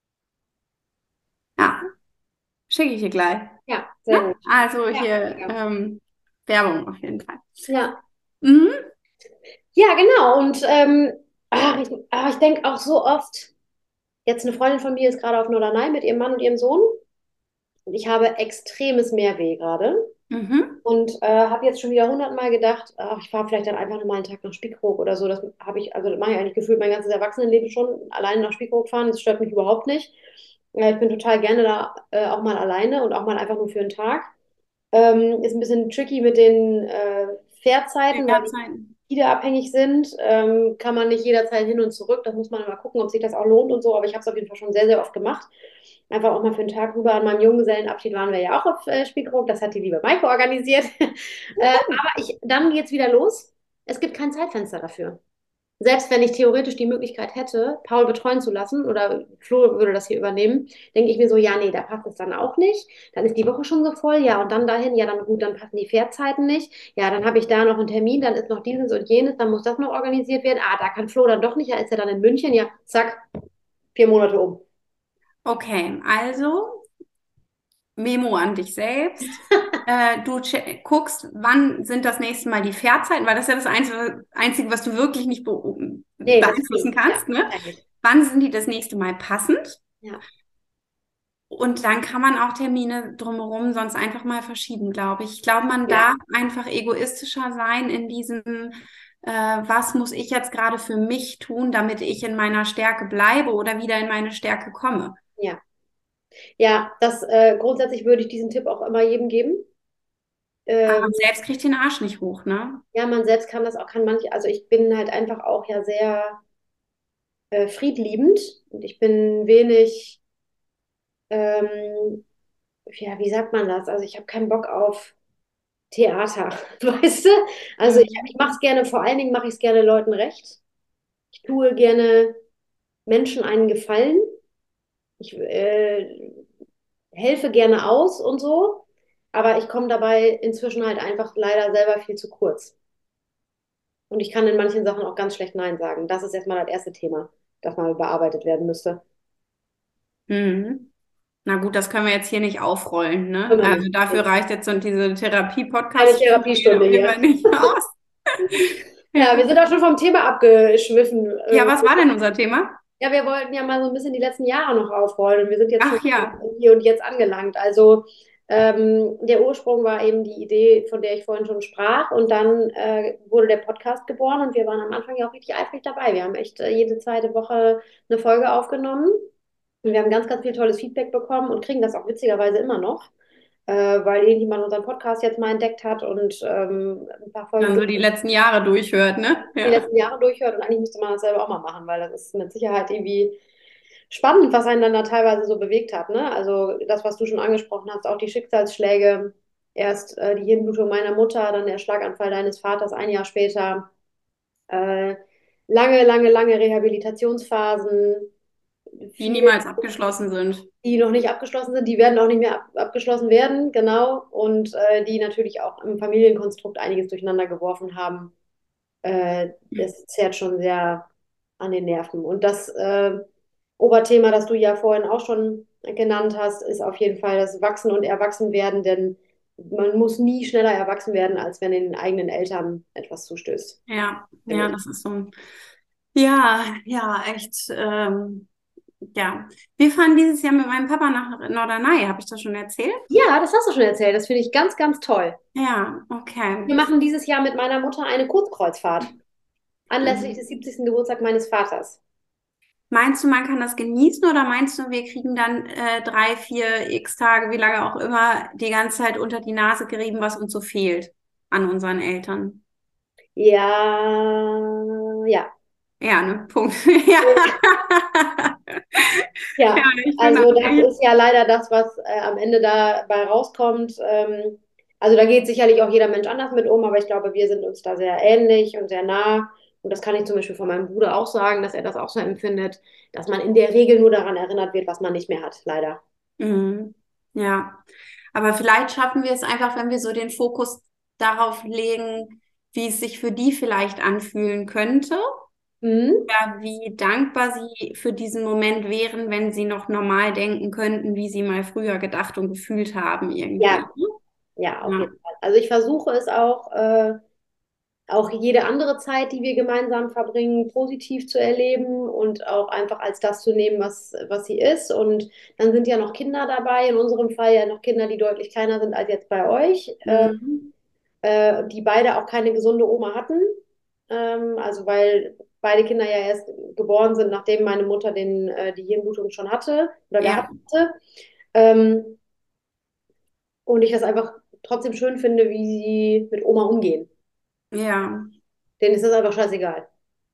Ja, schicke ich dir gleich. Ja, Ne? sehr gut. Also Ja, hier mega. ähm, Werbung auf jeden Fall. Ja, Mhm. ja, genau. Und ähm, ach, ich, ach, ich denke auch so oft, jetzt eine Freundin von mir ist gerade auf Norderney mit ihrem Mann und ihrem Sohn. Und ich habe extremes Mehrweh gerade. Mhm. Und äh, habe jetzt schon wieder hundertmal gedacht, ach, ich fahre vielleicht dann einfach nochmal einen Tag nach Spiekeroog oder so. Das habe ich, also das mache ich eigentlich gefühlt mein ganzes Erwachsenenleben schon, alleine nach Spiekeroog fahren. Das stört mich überhaupt nicht. Ja, ich bin total gerne da äh, auch mal alleine und auch mal einfach nur für einen Tag. Ähm, ist ein bisschen tricky mit den äh, Fährzeiten, weil die Fingerzeiten. wieder abhängig sind. Ähm, kann man nicht jederzeit hin und zurück. Das muss man mal gucken, ob sich das auch lohnt und so. Aber ich habe es auf jeden Fall schon sehr, sehr oft gemacht. Einfach auch mal für einen Tag rüber. An meinem Junggesellenabschied waren wir ja auch auf äh, Spiekeroog. Das hat die liebe Maike organisiert. äh, aber ich, dann geht's wieder los. Es gibt kein Zeitfenster dafür. Selbst wenn ich theoretisch die Möglichkeit hätte, Paul betreuen zu lassen oder Flo würde das hier übernehmen, denke ich mir so, ja, nee, da passt es dann auch nicht. Dann ist die Woche schon so voll, ja, und dann dahin, ja, dann gut, dann passen die Fährzeiten nicht. Ja, dann habe ich da noch einen Termin, dann ist noch dieses und jenes, dann muss das noch organisiert werden. Ah, da kann Flo dann doch nicht, ja, ist er dann in München, ja, zack, vier Monate um. Okay, also Memo an dich selbst. Äh, du che- guckst, wann sind das nächste Mal die Fährzeiten, weil das ist ja das Einzige, Einzige, was du wirklich nicht be Nee, das beeinflussen stimmt, ja, kannst, ne? eigentlich. Wann sind die das nächste Mal passend? Ja, Und dann kann man auch Termine drumherum sonst einfach mal verschieben, glaube ich. Ich glaube, man Ja, darf einfach egoistischer sein in diesem, äh, was muss ich jetzt gerade für mich tun, damit ich in meiner Stärke bleibe oder wieder in meine Stärke komme. ja. Ja, das äh, grundsätzlich würde ich diesen Tipp auch immer jedem geben. Aber Ähm, man selbst kriegt den Arsch nicht hoch, ne? ja, man selbst kann das auch, kann manche, also ich bin halt einfach auch ja sehr äh, friedliebend und ich bin wenig, ähm, ja, wie sagt man das? Also ich habe keinen Bock auf Theater, weißt du? Also ich, Mhm. ich mache es gerne, vor allen Dingen mache ich es gerne Leuten recht. Ich tue gerne Menschen einen Gefallen. Ich äh, helfe gerne aus und so, aber ich komme dabei inzwischen halt einfach leider selber viel zu kurz. Und ich kann in manchen Sachen auch ganz schlecht Nein sagen. Das ist erstmal das erste Thema, das mal bearbeitet werden müsste. Mhm. Na gut, das können wir jetzt hier nicht aufrollen, ne? Können wir Also nicht. dafür reicht jetzt so diese Eine Therapie-Podcast-Stunde hier Therapiestunde auf jeden hier. Fall nicht aus. Ja, wir Ja. sind auch schon vom Thema abgeschwiffen. Ja, Äh, was war denn unser Thema? Ja, wir wollten ja mal so ein bisschen die letzten Jahre noch aufrollen und wir sind jetzt schon Ach ja. hier und jetzt angelangt. Also ähm, der Ursprung war eben die Idee, von der ich vorhin schon sprach und dann äh, wurde der Podcast geboren und wir waren am Anfang ja auch richtig eifrig dabei. Wir haben echt äh, jede zweite Woche eine Folge aufgenommen und wir haben ganz, ganz viel tolles Feedback bekommen und kriegen das auch witzigerweise immer noch, äh, weil irgendjemand unseren Podcast jetzt mal entdeckt hat und ähm, ein paar Folgen Dann so die letzten Jahre durchhört, ne? die Ja. letzten Jahre durchhört und eigentlich müsste man das selber auch mal machen, weil das ist mit Sicherheit irgendwie spannend, was einen dann da teilweise so bewegt hat, ne? Also das, was du schon angesprochen hast, auch die Schicksalsschläge, erst äh, die Hirnblutung meiner Mutter, dann der Schlaganfall deines Vaters ein Jahr später, äh, lange, lange, lange Rehabilitationsphasen, Die viele, niemals abgeschlossen sind. die noch nicht abgeschlossen sind, die werden auch nicht mehr ab abgeschlossen werden, genau, und äh, die natürlich auch im Familienkonstrukt einiges durcheinander geworfen haben. Äh, das zerrt schon sehr an den Nerven. Und das äh, Oberthema, das du ja vorhin auch schon genannt hast, ist auf jeden Fall das Wachsen und Erwachsenwerden, denn man muss nie schneller erwachsen werden, als wenn den eigenen Eltern etwas zustößt, Ja, finde ja, ich. das ist so ein, ja, ja, echt, ähm, ja. Wir fahren dieses Jahr mit meinem Papa nach Norderney, habe ich das schon erzählt? Ja, das hast du schon erzählt. Das finde ich ganz, ganz toll. Ja, okay. Wir machen dieses Jahr mit meiner Mutter eine Kurzkreuzfahrt anlässlich des Mhm. siebzigsten Geburtstags meines Vaters. Meinst du, man kann das genießen oder meinst du, wir kriegen dann äh, drei, vier X Tage, wie lange auch immer, die ganze Zeit unter die Nase gerieben, was uns so fehlt an unseren Eltern? Ja, ja. Ja, ne? Punkt. Ja. Ja, Ja, ich bin also auch das echt. ist ja leider das, was äh, am Ende dabei rauskommt. Ähm, also da geht sicherlich auch jeder Mensch anders mit um, aber ich glaube, wir sind uns da sehr ähnlich und sehr nah. Und das kann ich zum Beispiel von meinem Bruder auch sagen, dass er das auch so empfindet, dass man in der Regel nur daran erinnert wird, was man nicht mehr hat, leider. Mhm. Ja, aber vielleicht schaffen wir es einfach, wenn wir so den Fokus darauf legen, wie es sich für die vielleicht anfühlen könnte. Mhm. Ja, wie dankbar sie für diesen Moment wären, wenn sie noch normal denken könnten, wie sie mal früher gedacht und gefühlt haben Ja, irgendwie. ja, auf Ja. jeden Fall. Also ich versuche es auch, äh, auch jede andere Zeit, die wir gemeinsam verbringen, positiv zu erleben und auch einfach als das zu nehmen, was, was sie ist. Und dann sind ja noch Kinder dabei, in unserem Fall ja noch Kinder, die deutlich kleiner sind als jetzt bei euch, äh, Mhm. äh, die beide auch keine gesunde Oma hatten. Ähm, also weil beide Kinder ja erst geboren sind, nachdem meine Mutter den, äh, die Hirnblutung schon hatte oder Ja, gehabt hatte. Ähm, und ich das einfach trotzdem schön finde, wie sie mit Oma umgehen. ja. Denen ist das einfach scheißegal.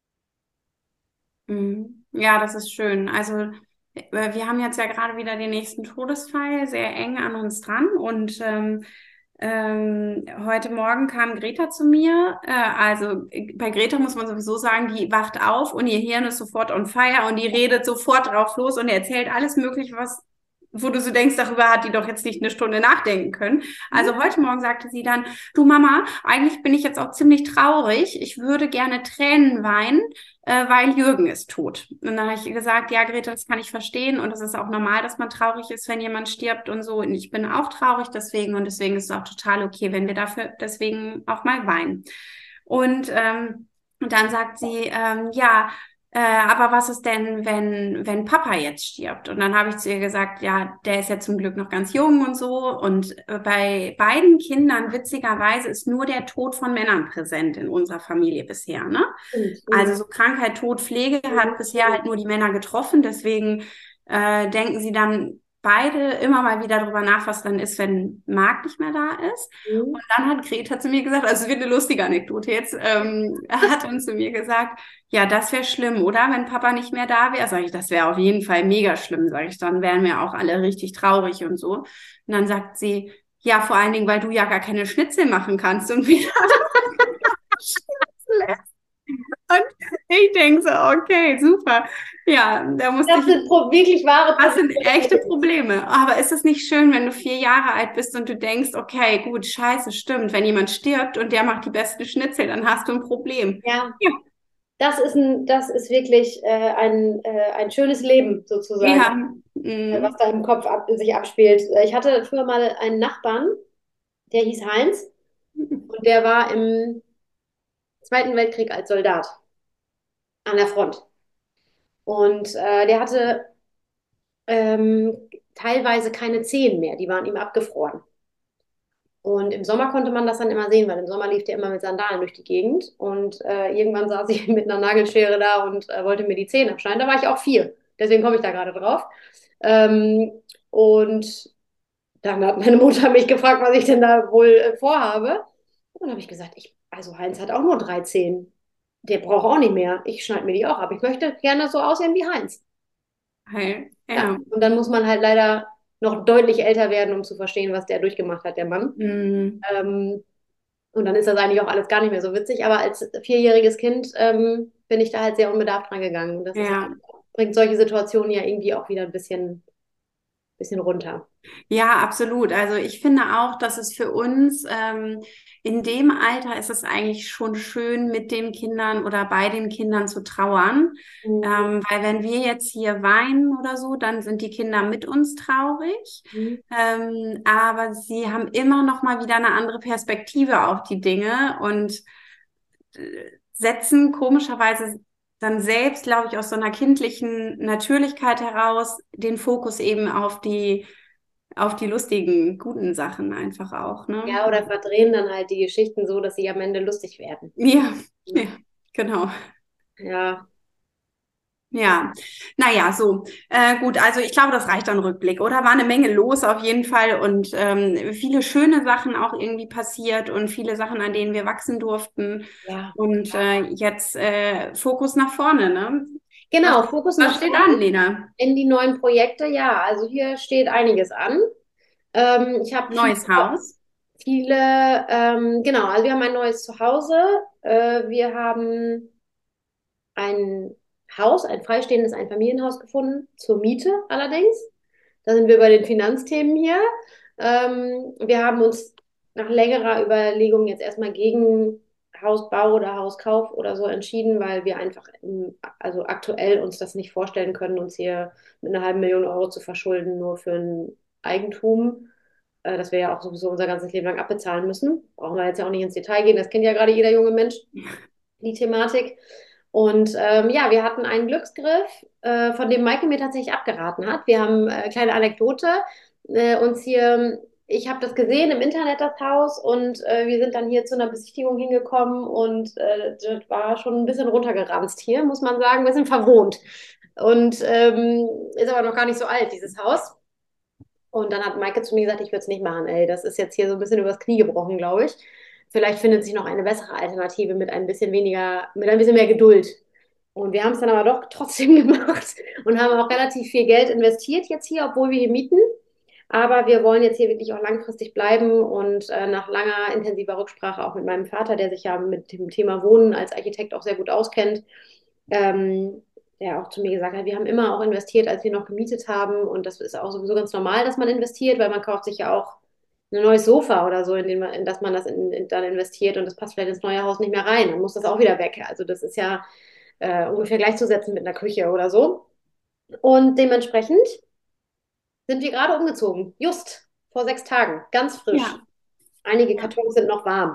Mhm. Ja, das ist schön. Also äh, wir haben jetzt ja gerade wieder den nächsten Todesfall sehr eng an uns dran und ähm, ähm, heute Morgen kam Greta zu mir. Äh, also äh, bei Greta muss man sowieso sagen, die wacht auf und ihr Hirn ist sofort on fire und die redet sofort drauf los und erzählt alles Mögliche, was wo du so denkst, darüber hat die doch jetzt nicht eine Stunde nachdenken können. Also heute Morgen sagte sie dann, du Mama, eigentlich bin ich jetzt auch ziemlich traurig. Ich würde gerne Tränen weinen, äh, weil Jürgen ist tot. Und dann habe ich gesagt, ja, Greta, das kann ich verstehen und es ist auch normal, dass man traurig ist, wenn jemand stirbt und so. Und ich bin auch traurig deswegen und deswegen ist es auch total okay, wenn wir dafür deswegen auch mal weinen. Und ähm, und dann sagt sie, ähm, ja, äh, aber was ist denn, wenn, wenn Papa jetzt stirbt? Und dann habe ich zu ihr gesagt, ja, der ist ja zum Glück noch ganz jung und so. Und äh, bei beiden Kindern, witzigerweise, ist nur der Tod von Männern präsent in unserer Familie bisher, ne? Stimmt. Also Mhm. so Krankheit, Tod, Pflege hat bisher Mhm. halt nur die Männer getroffen. Deswegen äh, denken sie dann beide immer mal wieder darüber nach, was dann ist, wenn Marc nicht mehr da ist. Und Mhm. dann hat Greta zu mir gesagt, also es wird eine lustige Anekdote jetzt, ähm, hat dann zu mir gesagt, ja, das wäre schlimm, oder? Wenn Papa nicht mehr da wäre, sage ich, das wäre auf jeden Fall mega schlimm, sage ich, dann wären wir auch alle richtig traurig und so. Und dann sagt sie, ja, vor allen Dingen, weil du ja gar keine Schnitzel machen kannst und wieder und ich denke so, okay, super. Ja, da musste Das ich, sind pro wirklich wahre das Probleme sind des echte Lebens. Probleme. Aber ist es nicht schön, wenn du vier Jahre alt bist und du denkst, okay, gut, scheiße, stimmt. Wenn jemand stirbt und der macht die besten Schnitzel, dann hast du ein Problem. Ja, Ja, das ist ein, das ist wirklich äh, ein, äh, ein schönes Leben sozusagen, ja, äh, was mm, da im Kopf ab, sich abspielt. Äh, Ich hatte früher mal einen Nachbarn, der hieß Heinz und der war im Zweiten Weltkrieg als Soldat an der Front. Und äh, der hatte ähm, teilweise keine Zehen mehr, die waren ihm abgefroren. Und im Sommer konnte man das dann immer sehen, weil im Sommer lief der immer mit Sandalen durch die Gegend. Und äh, irgendwann saß ich mit einer Nagelschere da und äh, wollte mir die Zähne abschneiden. Da war ich auch vier. Deswegen komme ich da gerade drauf. Ähm, und dann hat meine Mutter mich gefragt, was ich denn da wohl äh, vorhabe. Und dann habe ich gesagt, ich, also Heinz hat auch nur drei Zähne. Der braucht auch nicht mehr. Ich schneide mir die auch ab. Ich möchte gerne so aussehen wie Heinz. hey, Ja, ja. und dann muss man halt leider noch deutlich älter werden, um zu verstehen, was der durchgemacht hat, der Mann. Mm, Ähm, und dann ist das eigentlich auch alles gar nicht mehr so witzig. Aber als vierjähriges Kind ähm, bin ich da halt sehr unbedarft dran gegangen. Und das ist ja. halt, bringt solche Situationen ja irgendwie auch wieder ein bisschen, bisschen runter. Ja, absolut. Also ich finde auch, dass es für uns ähm, in dem Alter ist es eigentlich schon schön, mit den Kindern oder bei den Kindern zu trauern. Mhm. Ähm, weil wenn wir jetzt hier weinen oder so, dann sind die Kinder mit uns traurig. Ähm, aber sie haben immer noch mal wieder eine andere Perspektive auf die Dinge und äh, setzen komischerweise dann selbst, glaube ich, aus so einer kindlichen Natürlichkeit heraus den Fokus eben auf die auf die lustigen, guten Sachen einfach auch, ne? Ja, oder verdrehen dann halt die Geschichten so, dass sie am Ende lustig werden. Ja, ja, genau. Ja, Ja, naja, so. Äh, gut, also ich glaube, das reicht dann Rückblick, oder? War eine Menge los auf jeden Fall und ähm, viele schöne Sachen auch irgendwie passiert und viele Sachen, an denen wir wachsen durften. ja. Und äh, jetzt äh, Fokus nach vorne, ne? Was, Genau, Fokus was nach steht vorne an, Lena? in die neuen Projekte. Ja, also hier steht einiges an. Ähm, ich habe viele, Neues Haus. viele, ähm, genau, also wir haben ein neues Zuhause. Äh, wir haben ein Haus, ein freistehendes Einfamilienhaus gefunden, zur Miete allerdings. Da sind wir bei den Finanzthemen hier. Ähm, wir haben uns nach längerer Überlegung jetzt erstmal gegen Hausbau oder Hauskauf oder so entschieden, weil wir einfach im, also aktuell uns das nicht vorstellen können, uns hier mit einer halben Million Euro zu verschulden, nur für ein Eigentum, äh, das wir ja auch sowieso unser ganzes Leben lang abbezahlen müssen. Brauchen wir jetzt ja auch nicht ins Detail gehen, das kennt ja gerade jeder junge Mensch, die Thematik. Und ähm, ja, wir hatten einen Glücksgriff, äh, von dem Maike mir tatsächlich abgeraten hat. Wir haben äh, kleine Anekdote, äh, uns hier, ich habe das gesehen im Internet, das Haus, und äh, wir sind dann hier zu einer Besichtigung hingekommen und äh, das war schon ein bisschen runtergeranzt hier, muss man sagen, wir sind verwohnt. Und ähm, ist aber noch gar nicht so alt, dieses Haus. Und dann hat Maike zu mir gesagt, ich würde es nicht machen, ey, das ist jetzt hier so ein bisschen übers Knie gebrochen, glaube ich. Vielleicht findet sich noch eine bessere Alternative mit ein bisschen weniger, mit ein bisschen mehr Geduld. Und wir haben es dann aber doch trotzdem gemacht und haben auch relativ viel Geld investiert jetzt hier, obwohl wir hier mieten. Aber wir wollen jetzt hier wirklich auch langfristig bleiben und äh, nach langer intensiver Rücksprache auch mit meinem Vater, der sich ja mit dem Thema Wohnen als Architekt auch sehr gut auskennt, ähm, der auch zu mir gesagt hat, wir haben immer auch investiert, als wir noch gemietet haben. Und das ist auch sowieso ganz normal, dass man investiert, weil man kauft sich ja auch ein neues Sofa oder so, in, den man, in das man das in, in, dann investiert und das passt vielleicht ins neue Haus nicht mehr rein. Dann muss das auch wieder weg. Also das ist ja äh, ungefähr gleichzusetzen mit einer Küche oder so. Und dementsprechend sind wir gerade umgezogen. Just vor sechs Tagen. Ganz frisch. Ja, Einige ja. Kartons sind noch warm.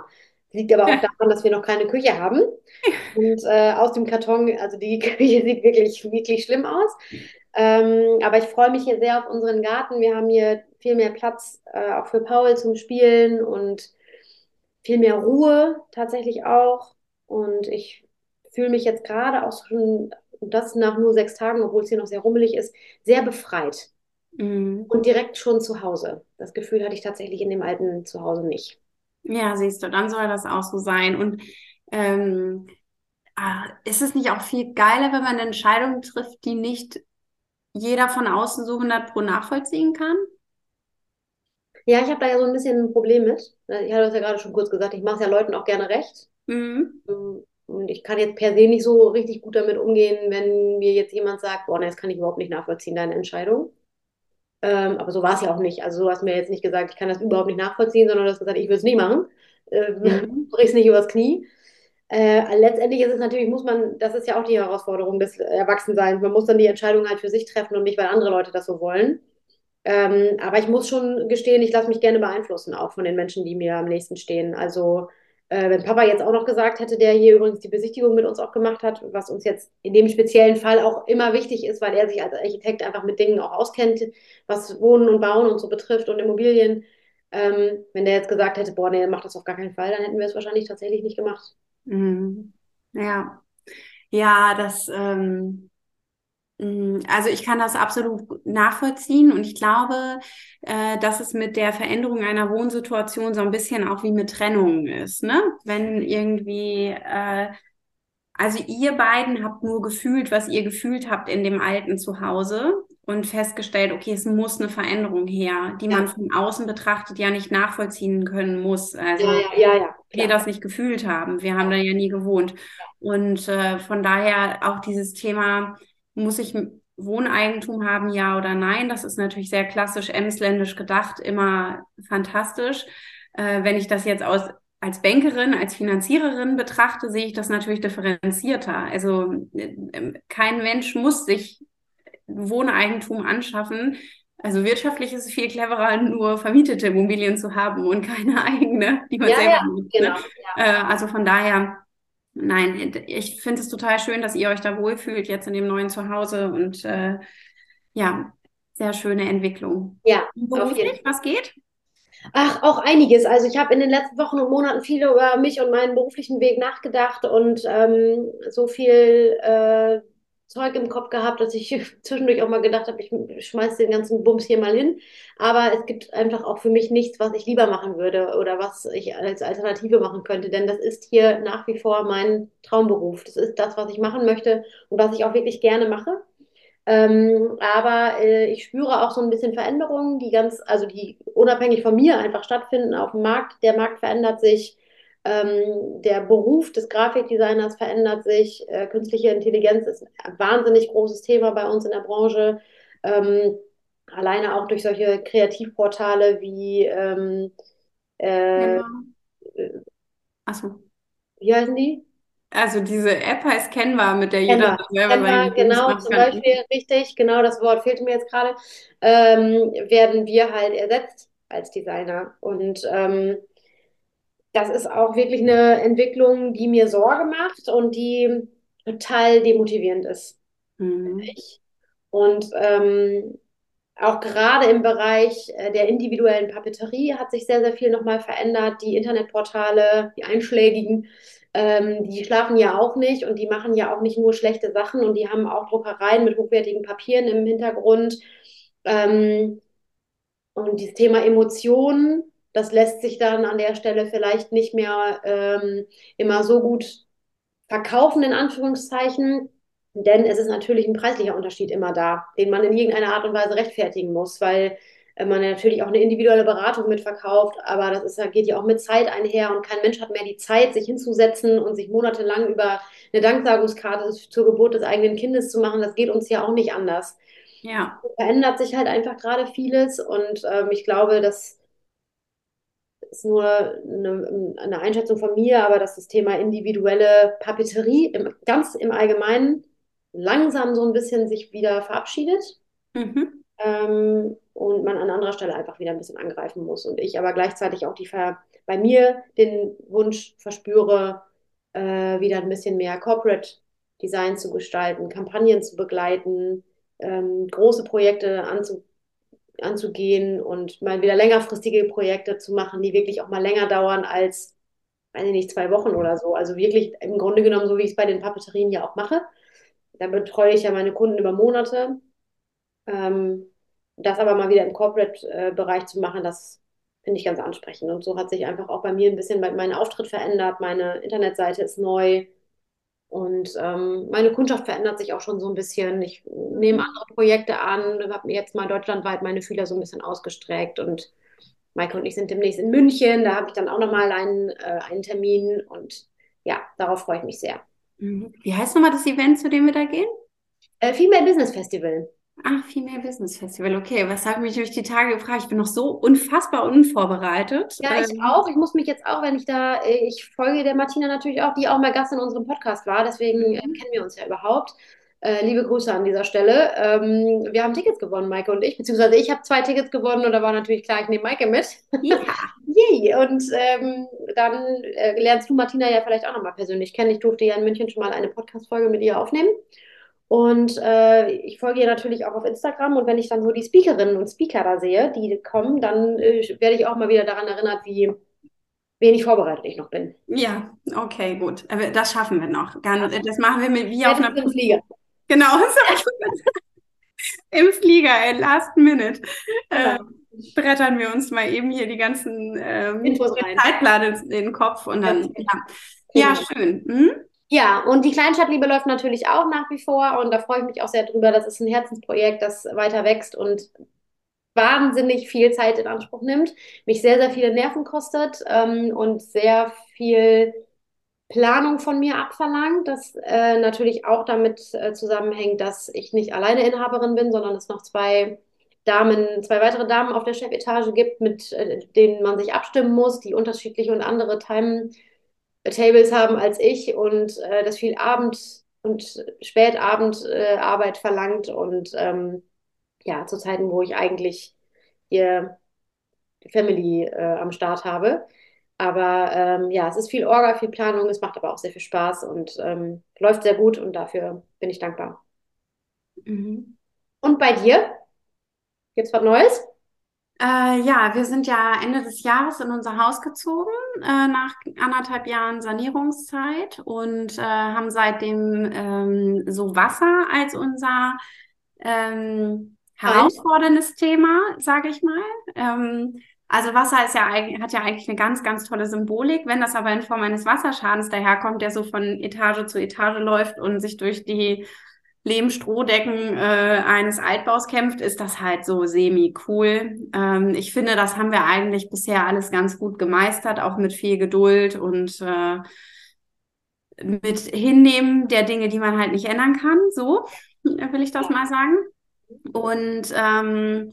Liegt aber auch daran, dass wir noch keine Küche haben. Und äh, aus dem Karton, also die Küche sieht wirklich, wirklich schlimm aus. Ähm, aber ich freue mich hier sehr auf unseren Garten. Wir haben hier viel mehr Platz, äh, auch für Paul zum Spielen und viel mehr Ruhe tatsächlich auch. Und ich fühle mich jetzt gerade auch schon, und das nach nur sechs Tagen, obwohl es hier noch sehr rummelig ist, sehr befreit Mhm. und direkt schon zu Hause. Das Gefühl hatte ich tatsächlich in dem alten Zuhause nicht. Ja, siehst du, dann soll das auch so sein. Und ähm, ah, ist es nicht auch viel geiler, wenn man Entscheidungen trifft, die nicht jeder von außen so hundert pro nachvollziehen kann? Ja, ich habe da ja so ein bisschen ein Problem mit. Ich hatte das ja gerade schon kurz gesagt, ich mache es ja Leuten auch gerne recht. Mhm. Und ich kann jetzt per se nicht so richtig gut damit umgehen, wenn mir jetzt jemand sagt, boah, nee, das kann ich überhaupt nicht nachvollziehen, deine Entscheidung. Ähm, aber so war es ja auch nicht. Also du hast mir jetzt nicht gesagt, ich kann das überhaupt nicht nachvollziehen, sondern du hast gesagt, ich will es nie machen. Ähm, Mhm. Brich's nicht übers Knie. Äh, letztendlich ist es natürlich, muss man, das ist ja auch die Herausforderung des Erwachsenseins. Man muss dann die Entscheidung halt für sich treffen und nicht, weil andere Leute das so wollen. Ähm, aber ich muss schon gestehen, ich lasse mich gerne beeinflussen, auch von den Menschen, die mir am nächsten stehen. Also, äh, wenn Papa jetzt auch noch gesagt hätte, der hier übrigens die Besichtigung mit uns auch gemacht hat, was uns jetzt in dem speziellen Fall auch immer wichtig ist, weil er sich als Architekt einfach mit Dingen auch auskennt, was Wohnen und Bauen und so betrifft und Immobilien. Ähm, wenn der jetzt gesagt hätte, boah, nee, macht das auf gar keinen Fall, dann hätten wir es wahrscheinlich tatsächlich nicht gemacht. Mhm. Ja, ja, das, ähm, mh, also ich kann das absolut nachvollziehen und ich glaube, äh, dass es mit der Veränderung einer Wohnsituation so ein bisschen auch wie mit Trennungen ist, ne? Wenn irgendwie, äh, also ihr beiden habt nur gefühlt, was ihr gefühlt habt in dem alten Zuhause und festgestellt, okay, es muss eine Veränderung her, die man Ja, von außen betrachtet ja nicht nachvollziehen können muss. ja, Also ja, ja, ja, wir klar. das nicht gefühlt haben. Wir haben Ja, da ja nie gewohnt. Und äh, von daher auch dieses Thema, muss ich Wohneigentum haben, ja oder nein? Das ist natürlich sehr klassisch emsländisch gedacht, immer fantastisch. Äh, wenn ich das jetzt aus als Bankerin, als Finanziererin betrachte, sehe ich das natürlich differenzierter. Also äh, kein Mensch muss sich Wohneigentum anschaffen. Also wirtschaftlich ist es viel cleverer, nur vermietete Immobilien zu haben und keine eigene, die man ja, selber ja, nutzt. Ne? genau. Äh, also von daher, nein, ich finde es total schön, dass ihr euch da wohlfühlt jetzt in dem neuen Zuhause und äh, ja, sehr schöne Entwicklung. Ja, auf jeden Beruflich, Fall. was geht? Ach, auch einiges. Also ich habe in den letzten Wochen und Monaten viel über mich und meinen beruflichen Weg nachgedacht und ähm, so viel äh, Zeug im Kopf gehabt, dass ich zwischendurch auch mal gedacht habe, ich schmeiß den ganzen Bums hier mal hin. Aber es gibt einfach auch für mich nichts, was ich lieber machen würde oder was ich als Alternative machen könnte. Denn das ist hier nach wie vor mein Traumberuf. Das ist das, was ich machen möchte und was ich auch wirklich gerne mache. Ähm, aber äh, ich spüre auch so ein bisschen Veränderungen, die ganz, also die unabhängig von mir einfach stattfinden auf dem Markt. Der Markt verändert sich, ähm, der Beruf des Grafikdesigners verändert sich, äh, künstliche Intelligenz ist ein wahnsinnig großes Thema bei uns in der Branche. Ähm, alleine auch durch solche Kreativportale wie, ähm, äh, Genau. Achso. wie heißen die? Also diese App heißt Canva, mit der jeder Canva. dann selber Canva, seine Dings genau, machen zum kann. Beispiel, richtig, genau, das Wort fehlte mir jetzt gerade, ähm, werden wir halt ersetzt als Designer. Und ähm, das ist auch wirklich eine Entwicklung, die mir Sorge macht und die total demotivierend ist. Mhm. Ich. Und ähm, auch gerade im Bereich äh, der individuellen Papeterie hat sich sehr, sehr viel nochmal verändert. Die Internetportale, die einschlägigen, ähm, die schlafen ja auch nicht und die machen ja auch nicht nur schlechte Sachen und die haben auch Druckereien mit hochwertigen Papieren im Hintergrund. Ähm, und dieses Thema Emotionen, das lässt sich dann an der Stelle vielleicht nicht mehr ähm, immer so gut verkaufen, in Anführungszeichen. Denn es ist natürlich ein preislicher Unterschied immer da, den man in irgendeiner Art und Weise rechtfertigen muss, weil äh, man ja natürlich auch eine individuelle Beratung mitverkauft, aber das ist, geht ja auch mit Zeit einher und kein Mensch hat mehr die Zeit, sich hinzusetzen und sich monatelang über eine Danksagungskarte zur Geburt des eigenen Kindes zu machen. Das geht uns ja auch nicht anders. Ja. Verändert sich halt einfach gerade vieles und ähm, ich glaube, dass ist nur eine, eine Einschätzung von mir, aber dass das Thema individuelle Papeterie im, ganz im Allgemeinen langsam so ein bisschen sich wieder verabschiedet. Mhm. Ähm, und man an anderer Stelle einfach wieder ein bisschen angreifen muss. Und ich aber gleichzeitig auch die Ver bei mir den Wunsch verspüre, äh, wieder ein bisschen mehr Corporate Design zu gestalten, Kampagnen zu begleiten, ähm, große Projekte anzu anzugehen und mal wieder längerfristige Projekte zu machen, die wirklich auch mal länger dauern als, weiß ich nicht, zwei Wochen oder so. Also wirklich im Grunde genommen, so wie ich es bei den Papeterien ja auch mache. Da betreue ich ja meine Kunden über Monate. Ähm, das aber mal wieder im Corporate-Bereich zu machen, das finde ich ganz ansprechend. Und so hat sich einfach auch bei mir ein bisschen mein Auftritt verändert. Meine Internetseite ist neu. Und ähm, meine Kundschaft verändert sich auch schon so ein bisschen. Ich nehme Mhm. andere Projekte an, habe mir jetzt mal deutschlandweit meine Fühler so ein bisschen ausgestreckt. Und Maike und ich sind demnächst in München. Da habe ich dann auch nochmal einen, äh, einen Termin. Und ja, darauf freue ich mich sehr. Mhm. Wie heißt nochmal das Event, zu dem wir da gehen? Äh, Female Business Festival. Ach, Female Business Festival. Okay, was habe ich mich durch die Tage gefragt? Ich bin noch so unfassbar unvorbereitet. Ja, ich Ähm, auch. Ich muss mich jetzt auch, wenn ich da, äh, ich folge der Martina natürlich auch, die auch mal Gast in unserem Podcast war. Deswegen äh, mhm. kennen wir uns ja überhaupt. Äh, liebe Grüße an dieser Stelle. Ähm, wir haben Tickets gewonnen, Maike und ich, beziehungsweise ich habe zwei Tickets gewonnen und da war natürlich klar, ich nehme Maike mit. Ja. Yay! Und ähm, dann äh, lernst du Martina ja vielleicht auch nochmal persönlich kennen. Ich durfte ja in München schon mal eine Podcast-Folge mit ihr aufnehmen. Und äh, ich folge ihr natürlich auch auf Instagram und wenn ich dann so die Speakerinnen und Speaker da sehe, die kommen, dann äh, werde ich auch mal wieder daran erinnert, wie wenig vorbereitet ich noch bin. Ja, okay, gut. Aber das schaffen wir noch. Ganz, das machen wir mit, wie auf einer Spätestens im Flieger. Prüfung. Genau, das habe ich schon gesagt. Im Flieger, ey, last minute. Äh, Genau. brettern wir uns mal eben hier die ganzen ähm, Infos rein. Zeitpläne in den Kopf und dann, Perfekt. ja, ja, Prima. schön. Hm? Ja, und die Kleinstadtliebe läuft natürlich auch nach wie vor und da freue ich mich auch sehr drüber. Das ist ein Herzensprojekt, das weiter wächst und wahnsinnig viel Zeit in Anspruch nimmt, mich sehr, sehr viele Nerven kostet ähm, und sehr viel Planung von mir abverlangt, das äh, natürlich auch damit äh, zusammenhängt, dass ich nicht alleine Inhaberin bin, sondern es noch zwei Damen, zwei weitere Damen auf der Chefetage gibt, mit äh, denen man sich abstimmen muss, die unterschiedliche und andere Timetables haben als ich und äh, das viel Abend- und Spätabendarbeit äh, Arbeit verlangt und ähm, ja, zu Zeiten, wo ich eigentlich hier Family äh, am Start habe. Aber ähm, ja, es ist viel Orga, viel Planung, es macht aber auch sehr viel Spaß und ähm, läuft sehr gut und dafür bin ich dankbar. Mhm. Und bei dir? Gibt's was Neues? Äh, ja, wir sind ja Ende des Jahres in unser Haus gezogen, äh, nach anderthalb Jahren Sanierungszeit und äh, haben seitdem ähm, so Wasser als unser ähm, Eins. herausforderndes Thema, sage ich mal. Ähm, also Wasser ist ja eigentlich, hat ja eigentlich eine ganz, ganz tolle Symbolik. Wenn das aber in Form eines Wasserschadens daherkommt, der so von Etage zu Etage läuft und sich durch die Lehm-Strohdecken äh, eines Altbaus kämpft, ist das halt so semi-cool. Ähm, ich finde, das haben wir eigentlich bisher alles ganz gut gemeistert, auch mit viel Geduld und äh, mit Hinnehmen der Dinge, die man halt nicht ändern kann. So will ich das mal sagen. Und ähm,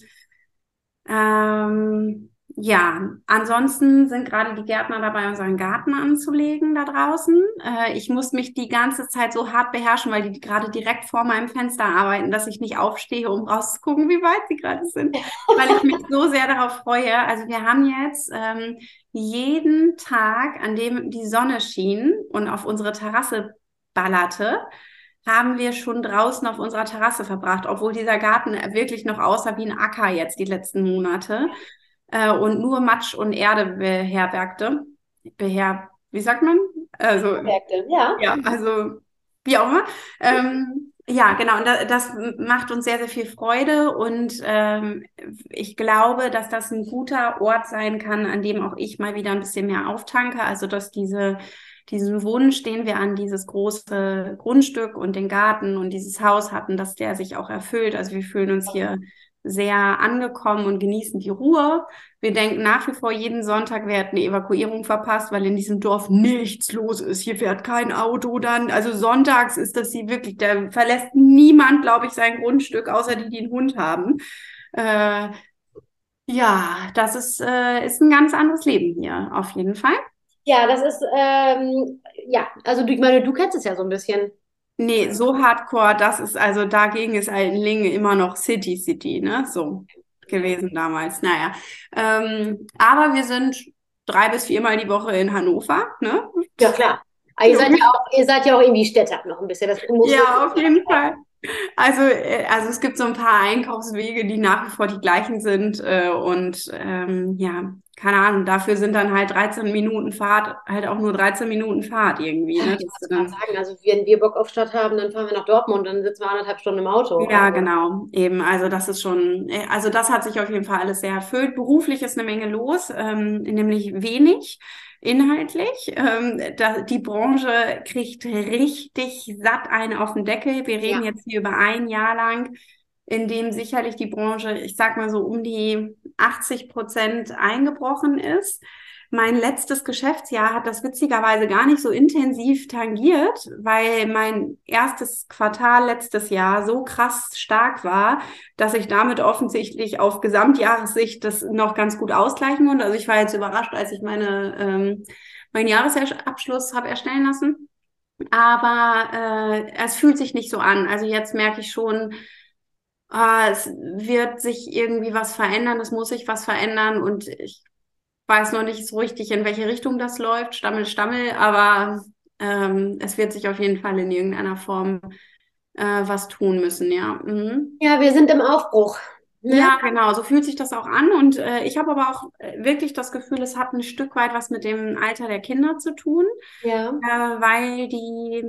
ähm, ja, ansonsten sind gerade die Gärtner dabei, unseren Garten anzulegen da draußen. Äh, ich muss mich die ganze Zeit so hart beherrschen, weil die gerade direkt vor meinem Fenster arbeiten, dass ich nicht aufstehe, um rauszugucken, wie weit sie gerade sind, weil ich mich so sehr darauf freue. Also wir haben jetzt ähm, jeden Tag, an dem die Sonne schien und auf unsere Terrasse ballerte, haben wir schon draußen auf unserer Terrasse verbracht, obwohl dieser Garten wirklich noch aussah wie ein Acker jetzt die letzten Monate äh, und nur Matsch und Erde beherbergte. Beher, wie sagt man? Also, Projekte, ja. ja, also, wie auch immer. Ähm, ja, genau, und da, das macht uns sehr, sehr viel Freude und ähm, ich glaube, dass das ein guter Ort sein kann, an dem auch ich mal wieder ein bisschen mehr auftanke, also dass diese diesen Wunsch, den wir an dieses große Grundstück und den Garten und dieses Haus hatten, dass der sich auch erfüllt. Also wir fühlen uns hier sehr angekommen und genießen die Ruhe. Wir denken nach wie vor jeden Sonntag, wir hätten eine Evakuierung verpasst, weil in diesem Dorf nichts los ist. Hier fährt kein Auto dann. Also sonntags ist das hier wirklich, da verlässt niemand, glaube ich, sein Grundstück, außer die, die einen Hund haben. Äh, ja, das ist, äh, ist ein ganz anderes Leben hier, auf jeden Fall. Ja, das ist, ähm, ja, also du, ich meine, du kennst es ja so ein bisschen. Nee, so hardcore, das ist, also dagegen ist Altenlingen immer noch City City, ne? So. gewesen damals. Naja, ähm, aber wir sind drei bis viermal die Woche in Hannover, ne? Ja, klar. Aber ihr seid ja Logisch. auch, ihr seid ja auch irgendwie Städter noch ein bisschen. Das muss man. Ja, auf jeden Fall. Also, äh, also es gibt so ein paar Einkaufswege, die nach wie vor die gleichen sind. Äh, und ähm, ja, keine Ahnung, dafür sind dann halt dreizehn Minuten Fahrt, halt auch nur dreizehn Minuten Fahrt irgendwie, Ja, ne? ich Das wollte ist gerade dann, sagen, also wenn wir Bock auf Stadt haben, dann fahren wir nach Dortmund, dann sitzen wir anderthalb Stunden im Auto. ja, Also, genau, eben. Also das ist schon, äh, also das hat sich auf jeden Fall alles sehr erfüllt. Beruflich ist eine Menge los, ähm, nämlich wenig inhaltlich. Ähm, da, die Branche kriegt richtig satt einen auf den Deckel. Wir reden ja. jetzt hier über ein Jahr lang, in dem sicherlich die Branche, ich sag mal so um die achtzig Prozent eingebrochen ist. Mein letztes Geschäftsjahr hat das witzigerweise gar nicht so intensiv tangiert, weil mein erstes Quartal letztes Jahr so krass stark war, dass ich damit offensichtlich auf Gesamtjahressicht das noch ganz gut ausgleichen konnte. Also ich war jetzt überrascht, als ich meine, ähm, meinen Jahresabschluss habe erstellen lassen. Aber äh, es fühlt sich nicht so an. Also jetzt merke ich schon, äh, es wird sich irgendwie was verändern, es muss sich was verändern und ich weiß noch nicht so richtig, in welche Richtung das läuft, Stammel, Stammel, aber ähm, es wird sich auf jeden Fall in irgendeiner Form äh, was tun müssen, ja. Mhm. Ja, wir sind im Aufbruch. Ne? Ja, genau, so fühlt sich das auch an und äh, ich habe aber auch äh, wirklich das Gefühl, es hat ein Stück weit was mit dem Alter der Kinder zu tun, Ja. äh, weil die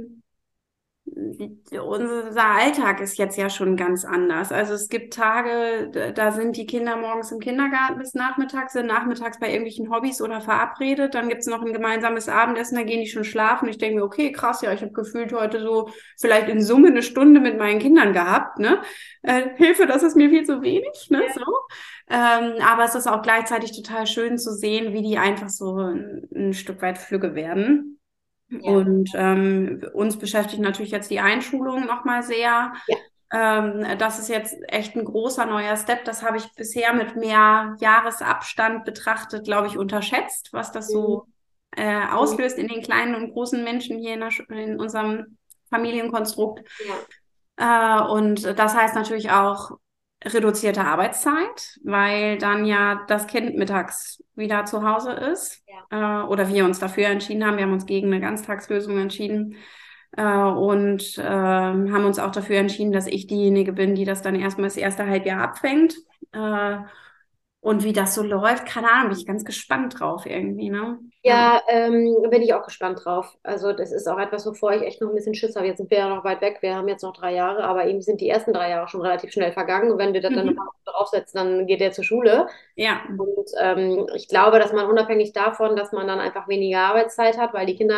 unser Alltag ist jetzt ja schon ganz anders. Also es gibt Tage, da da sind die Kinder morgens im Kindergarten bis nachmittags, sind nachmittags bei irgendwelchen Hobbys oder verabredet. Dann gibt es noch ein gemeinsames Abendessen, da gehen die schon schlafen. Ich denke mir, okay, krass, ja, ich habe gefühlt heute so vielleicht in Summe eine Stunde mit meinen Kindern gehabt, ne? Äh, Hilfe, das ist mir viel zu wenig, ne? So. Ähm, aber es ist auch gleichzeitig total schön zu sehen, wie die einfach so ein, ein Stück weit flügge werden. Ja. Und ähm, uns beschäftigt natürlich jetzt die Einschulung nochmal sehr. Ja. Ähm, das ist jetzt echt ein großer neuer Step. Das habe ich bisher mit mehr Jahresabstand betrachtet, glaube ich, unterschätzt, was das Mhm. so äh, Mhm. auslöst in den kleinen und großen Menschen hier in, der, Sch- in unserem Familienkonstrukt. Ja. Äh, und das heißt natürlich auch reduzierte Arbeitszeit, weil dann ja das Kind mittags wieder zu Hause ist. Ja. Äh, oder wir uns dafür entschieden haben. Wir haben uns gegen eine Ganztagslösung entschieden. Äh, und ähm, haben uns auch dafür entschieden, dass ich diejenige bin, die das dann erstmal das erste Halbjahr abfängt. Äh, und wie das so läuft, keine Ahnung, bin ich ganz gespannt drauf irgendwie, ne? Ja. Ja, ähm, bin ich auch gespannt drauf. Also das ist auch etwas, wovor ich echt noch ein bisschen Schiss habe. Jetzt sind wir ja noch weit weg. Wir haben jetzt noch drei Jahre, aber eben sind die ersten drei Jahre schon relativ schnell vergangen. Und wenn wir das dann Mhm. nochmal draufsetzen, dann geht er zur Schule. Ja, Und ähm, ich glaube, dass man unabhängig davon, dass man dann einfach weniger Arbeitszeit hat, weil die Kinder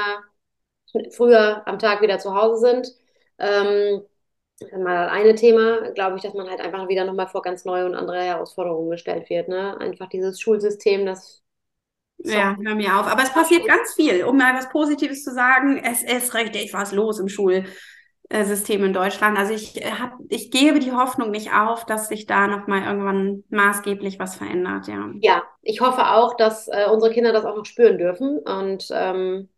früher am Tag wieder zu Hause sind, ähm, mal eine Thema, glaube ich, dass man halt einfach wieder nochmal vor ganz neue und andere Herausforderungen gestellt wird. Ne? Einfach dieses Schulsystem, das sorry, ja, hör mir auf. Aber es passiert ganz viel. Um mal was Positives zu sagen, es ist richtig was los im Schulsystem in Deutschland. Also ich äh, hab, ich gebe die Hoffnung nicht auf, dass sich da nochmal irgendwann maßgeblich was verändert, ja. ja, ich hoffe auch, dass äh, unsere Kinder das auch noch spüren dürfen und ähm,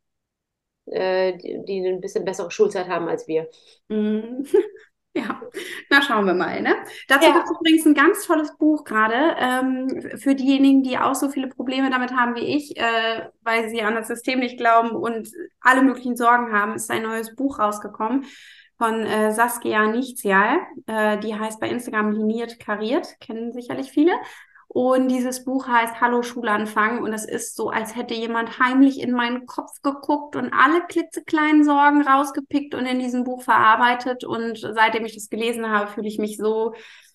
äh, die, die ein bisschen bessere Schulzeit haben als wir. Mhm. Ja, na schauen wir mal, ne? Dazu gibt Ja. es übrigens ein ganz tolles Buch gerade ähm, für diejenigen, die auch so viele Probleme damit haben wie ich, äh, weil sie an das System nicht glauben und alle möglichen Sorgen haben, ist ein neues Buch rausgekommen von äh, Saskia Nichtzial. Äh, die heißt bei Instagram Liniert Kariert, kennen sicherlich viele. Und dieses Buch heißt Hallo Schulanfang und es ist so, als hätte jemand heimlich in meinen Kopf geguckt und alle klitzekleinen Sorgen rausgepickt und in diesem Buch verarbeitet. Und seitdem ich das gelesen habe, fühle ich mich so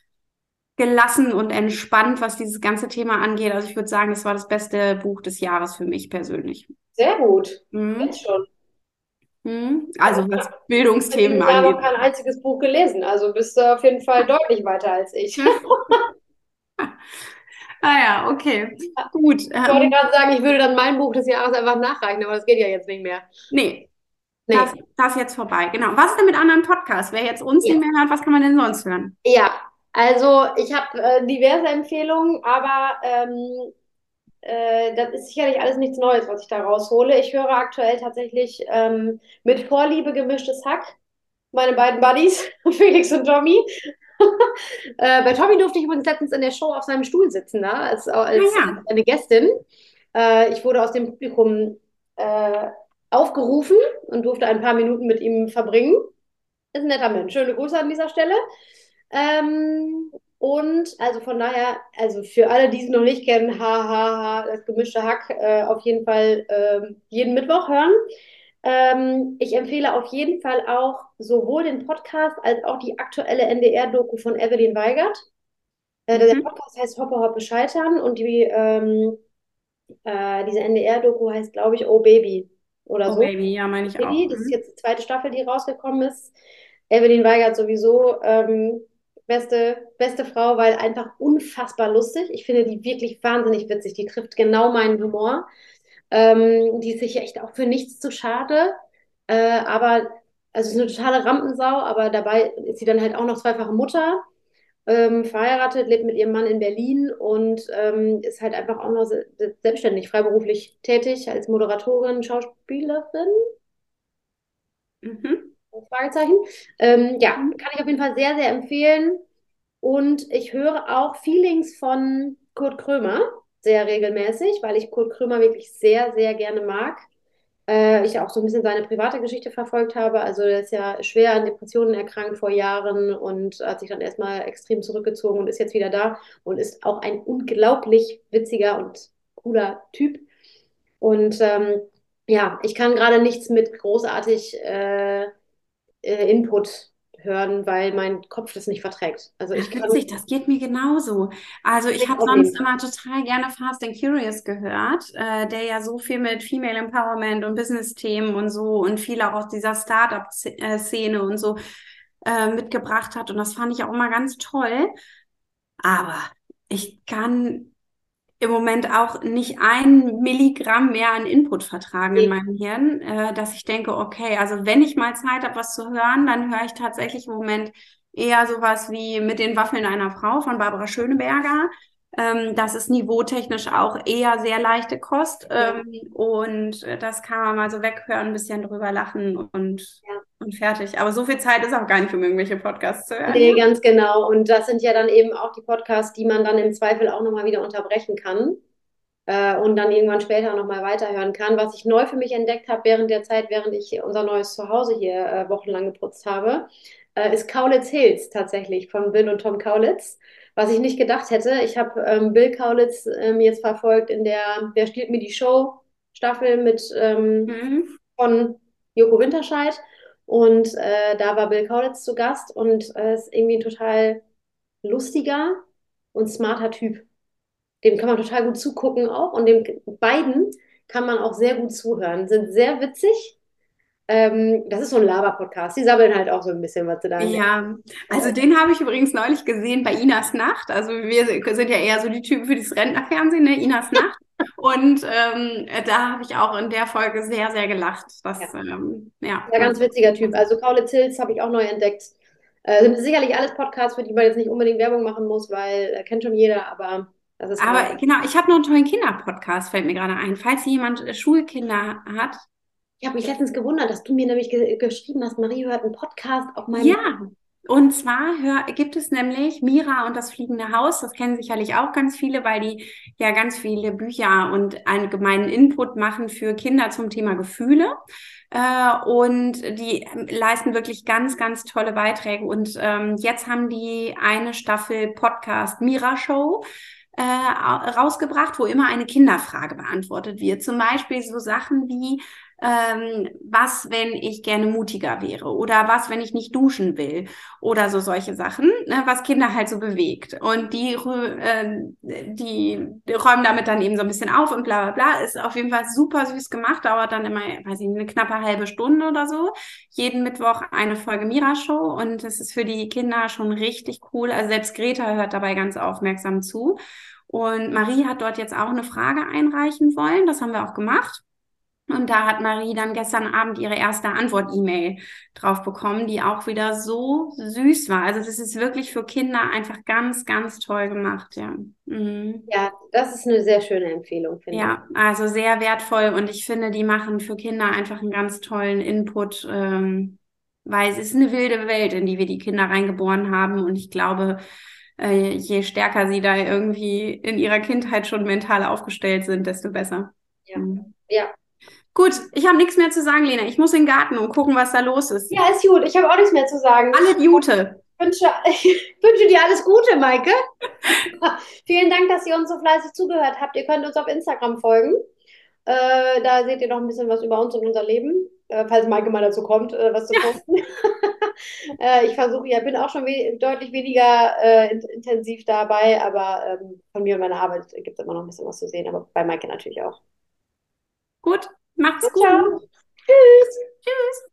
gelassen und entspannt, was dieses ganze Thema angeht. Also ich würde sagen, das war das beste Buch des Jahres für mich persönlich. Sehr gut. Mhm. Jetzt schon. Mhm. Also Also ich was habe in Bildungsthemen diesem Jahr noch angeht. kein einziges Buch gelesen. Also bist du auf jeden Fall deutlich weiter als ich. Ah ja, okay. Gut. Ich wollte Ähm, gerade sagen, ich würde dann mein Buch des Jahres einfach nachreichen, aber das geht ja jetzt nicht mehr. nee, das, Nee. das ist jetzt vorbei. Genau. Was ist denn mit anderen Podcasts? Wer jetzt uns Ja. nicht mehr hört, was kann man denn sonst hören? Ja, also ich habe äh, diverse Empfehlungen, aber ähm, äh, das ist sicherlich alles nichts Neues, was ich da raushole. Ich höre aktuell tatsächlich ähm, mit Vorliebe gemischtes Hack, meine beiden Buddies, Felix und Tommy. Äh, bei Tommy durfte ich übrigens letztens in der Show auf seinem Stuhl sitzen, da, als, als, Naja, als eine Gästin. Äh, ich wurde aus dem Publikum äh, aufgerufen und durfte ein paar Minuten mit ihm verbringen. Ist ein netter Mensch. Schöne Grüße an dieser Stelle. Ähm, und also von daher, also für alle, die es noch nicht kennen, ha, ha, ha, das gemischte Hack, äh, auf jeden Fall ähm, jeden Mittwoch hören. Ähm, ich empfehle auf jeden Fall auch sowohl den Podcast als auch die aktuelle N D R-Doku von Evelyn Weigert. Äh, der mhm. Podcast heißt Hoppe Hoppe Scheitern und die, ähm, äh, diese N D R-Doku heißt, glaube ich, Oh Baby oder Oh so. Baby, ja, meine ich auch. Baby, das ist Mhm. jetzt die zweite Staffel, die rausgekommen ist. Evelyn Weigert sowieso ähm, beste, beste Frau, weil einfach unfassbar lustig. Ich finde die wirklich wahnsinnig witzig. Die trifft genau meinen Humor. Ähm, die ist sich echt auch für nichts zu schade. Äh, aber, also ist eine totale Rampensau, aber dabei ist sie dann halt auch noch zweifache Mutter, ähm, verheiratet, lebt mit ihrem Mann in Berlin und ähm, ist halt einfach auch noch se selbstständig, freiberuflich tätig als Moderatorin, Schauspielerin. Mhm. Fragezeichen. Ähm, ja, Mhm. kann ich auf jeden Fall sehr, sehr empfehlen. Und ich höre auch Feelings von Kurt Krömer sehr regelmäßig, weil ich Kurt Krömer wirklich sehr, sehr gerne mag. Äh, ich auch so ein bisschen seine private Geschichte verfolgt habe. Also er ist ja schwer an Depressionen erkrankt vor Jahren und hat sich dann erstmal extrem zurückgezogen und ist jetzt wieder da und ist auch ein unglaublich witziger und cooler Typ. Und ähm, ja, ich kann gerade nichts mit großartig äh, äh, Input hören, weil mein Kopf das nicht verträgt. Also ich Ach, kann witzig, das geht mir genauso. Also ich nicht habe sonst aufnehmen. immer total gerne Fast and Curious gehört, äh, der ja so viel mit Female Empowerment und Business-Themen und so und viel auch aus dieser Startup-Szene und so äh, mitgebracht hat. Und das fand ich auch immer ganz toll. Aber ich kann im Moment auch nicht ein Milligramm mehr an Input vertragen in Nee. meinem Hirn, äh, dass ich denke, okay, also wenn ich mal Zeit habe, was zu hören, dann höre ich tatsächlich im Moment eher sowas wie Mit den Waffeln einer Frau von Barbara Schöneberger. Ähm, das ist niveautechnisch auch eher sehr leichte Kost. Ja, Ähm, und äh, das kann man mal so weghören, ein bisschen drüber lachen und, ja. und fertig. Aber so viel Zeit ist auch gar nicht, um irgendwelche Podcasts zu hören, ja? Nee, ganz genau. Und das sind ja dann eben auch die Podcasts, die man dann im Zweifel auch nochmal wieder unterbrechen kann äh, und dann irgendwann später nochmal weiterhören kann. Was ich neu für mich entdeckt habe während der Zeit, während ich unser neues Zuhause hier äh, wochenlang geputzt habe, äh, ist Kaulitz Hills tatsächlich von Bill und Tom Kaulitz. Was ich nicht gedacht hätte. Ich habe ähm, Bill Kaulitz ähm, jetzt verfolgt in der Wer stiehlt mir die Show Staffel mit ähm, Mhm. von Joko Winterscheid. Und äh, da war Bill Kaulitz zu Gast und äh, ist irgendwie ein total lustiger und smarter Typ. Dem kann man total gut zugucken auch und dem beiden kann man auch sehr gut zuhören. Sind sehr witzig. Ähm, das ist so ein Laber-Podcast. Die sabbeln halt auch so ein bisschen, was sie da in Ja, also der den habe ich übrigens neulich gesehen bei Inas Nacht. Also wir sind ja eher so die Typen für dieses Rentnerfernsehen, ne? Inas Nacht. Und ähm, da habe ich auch in der Folge sehr, sehr gelacht. ja, Das, ähm, ja, ja, war ganz witziger Typ. Also Kaulitz Hills habe ich auch neu entdeckt. Äh, sind sicherlich alles Podcasts, für die man jetzt nicht unbedingt Werbung machen muss, weil äh, kennt schon jeder, aber das ist halt. aber genau, ich habe noch einen tollen Kinderpodcast, fällt mir gerade ein. Falls jemand äh, Schulkinder hat. Ich habe mich letztens gewundert, dass du mir nämlich ge geschrieben hast, Marie hört einen Podcast auf meinem. Ja, und zwar hör, gibt es nämlich Mira und das fliegende Haus. Das kennen sicherlich auch ganz viele, weil die ja ganz viele Bücher und allgemeinen Input machen für Kinder zum Thema Gefühle. Äh, und die leisten wirklich ganz, ganz tolle Beiträge. Und ähm, jetzt haben die eine Staffel Podcast Mira Show äh, rausgebracht, wo immer eine Kinderfrage beantwortet wird. Zum Beispiel so Sachen wie, ähm, was, wenn ich gerne mutiger wäre oder was, wenn ich nicht duschen will oder so solche Sachen, ne, was Kinder halt so bewegt. Und die, äh, die, die räumen damit dann eben so ein bisschen auf und bla bla bla. Ist auf jeden Fall super süß gemacht, dauert dann immer, weiß ich nicht, eine knappe halbe Stunde oder so. Jeden Mittwoch eine Folge Mira Show und das ist für die Kinder schon richtig cool. Also selbst Greta hört dabei ganz aufmerksam zu. Und Marie hat dort jetzt auch eine Frage einreichen wollen. Das haben wir auch gemacht. Und da hat Marie dann gestern Abend ihre erste Antwort-E-Mail drauf bekommen, die auch wieder so süß war. Also das ist wirklich für Kinder einfach ganz, ganz toll gemacht, ja. Mhm. Ja, das ist eine sehr schöne Empfehlung, finde ich. Ja, also sehr wertvoll und ich finde, die machen für Kinder einfach einen ganz tollen Input. Ähm, weil es ist eine wilde Welt, in die wir die Kinder reingeboren haben. Und ich glaube, äh, je stärker sie da irgendwie in ihrer Kindheit schon mental aufgestellt sind, desto besser. Ja. Mhm. Ja. Gut, ich habe nichts mehr zu sagen, Lena. Ich muss in den Garten und gucken, was da los ist. Ja, ist gut. Ich habe auch nichts mehr zu sagen. Alle Gute. Ich wünsche, ich wünsche dir alles Gute, Maike. Vielen Dank, dass ihr uns so fleißig zugehört habt. Ihr könnt uns auf Instagram folgen. Äh, da seht ihr noch ein bisschen was über uns und unser Leben, äh, falls Maike mal dazu kommt, äh, was zu posten. äh, ich versuche, ja, bin auch schon we deutlich weniger äh, in intensiv dabei, aber ähm, von mir und meiner Arbeit gibt es immer noch ein bisschen was zu sehen, aber bei Maike natürlich auch. Gut, macht's Ciao. gut. Tschüss. Tschüss.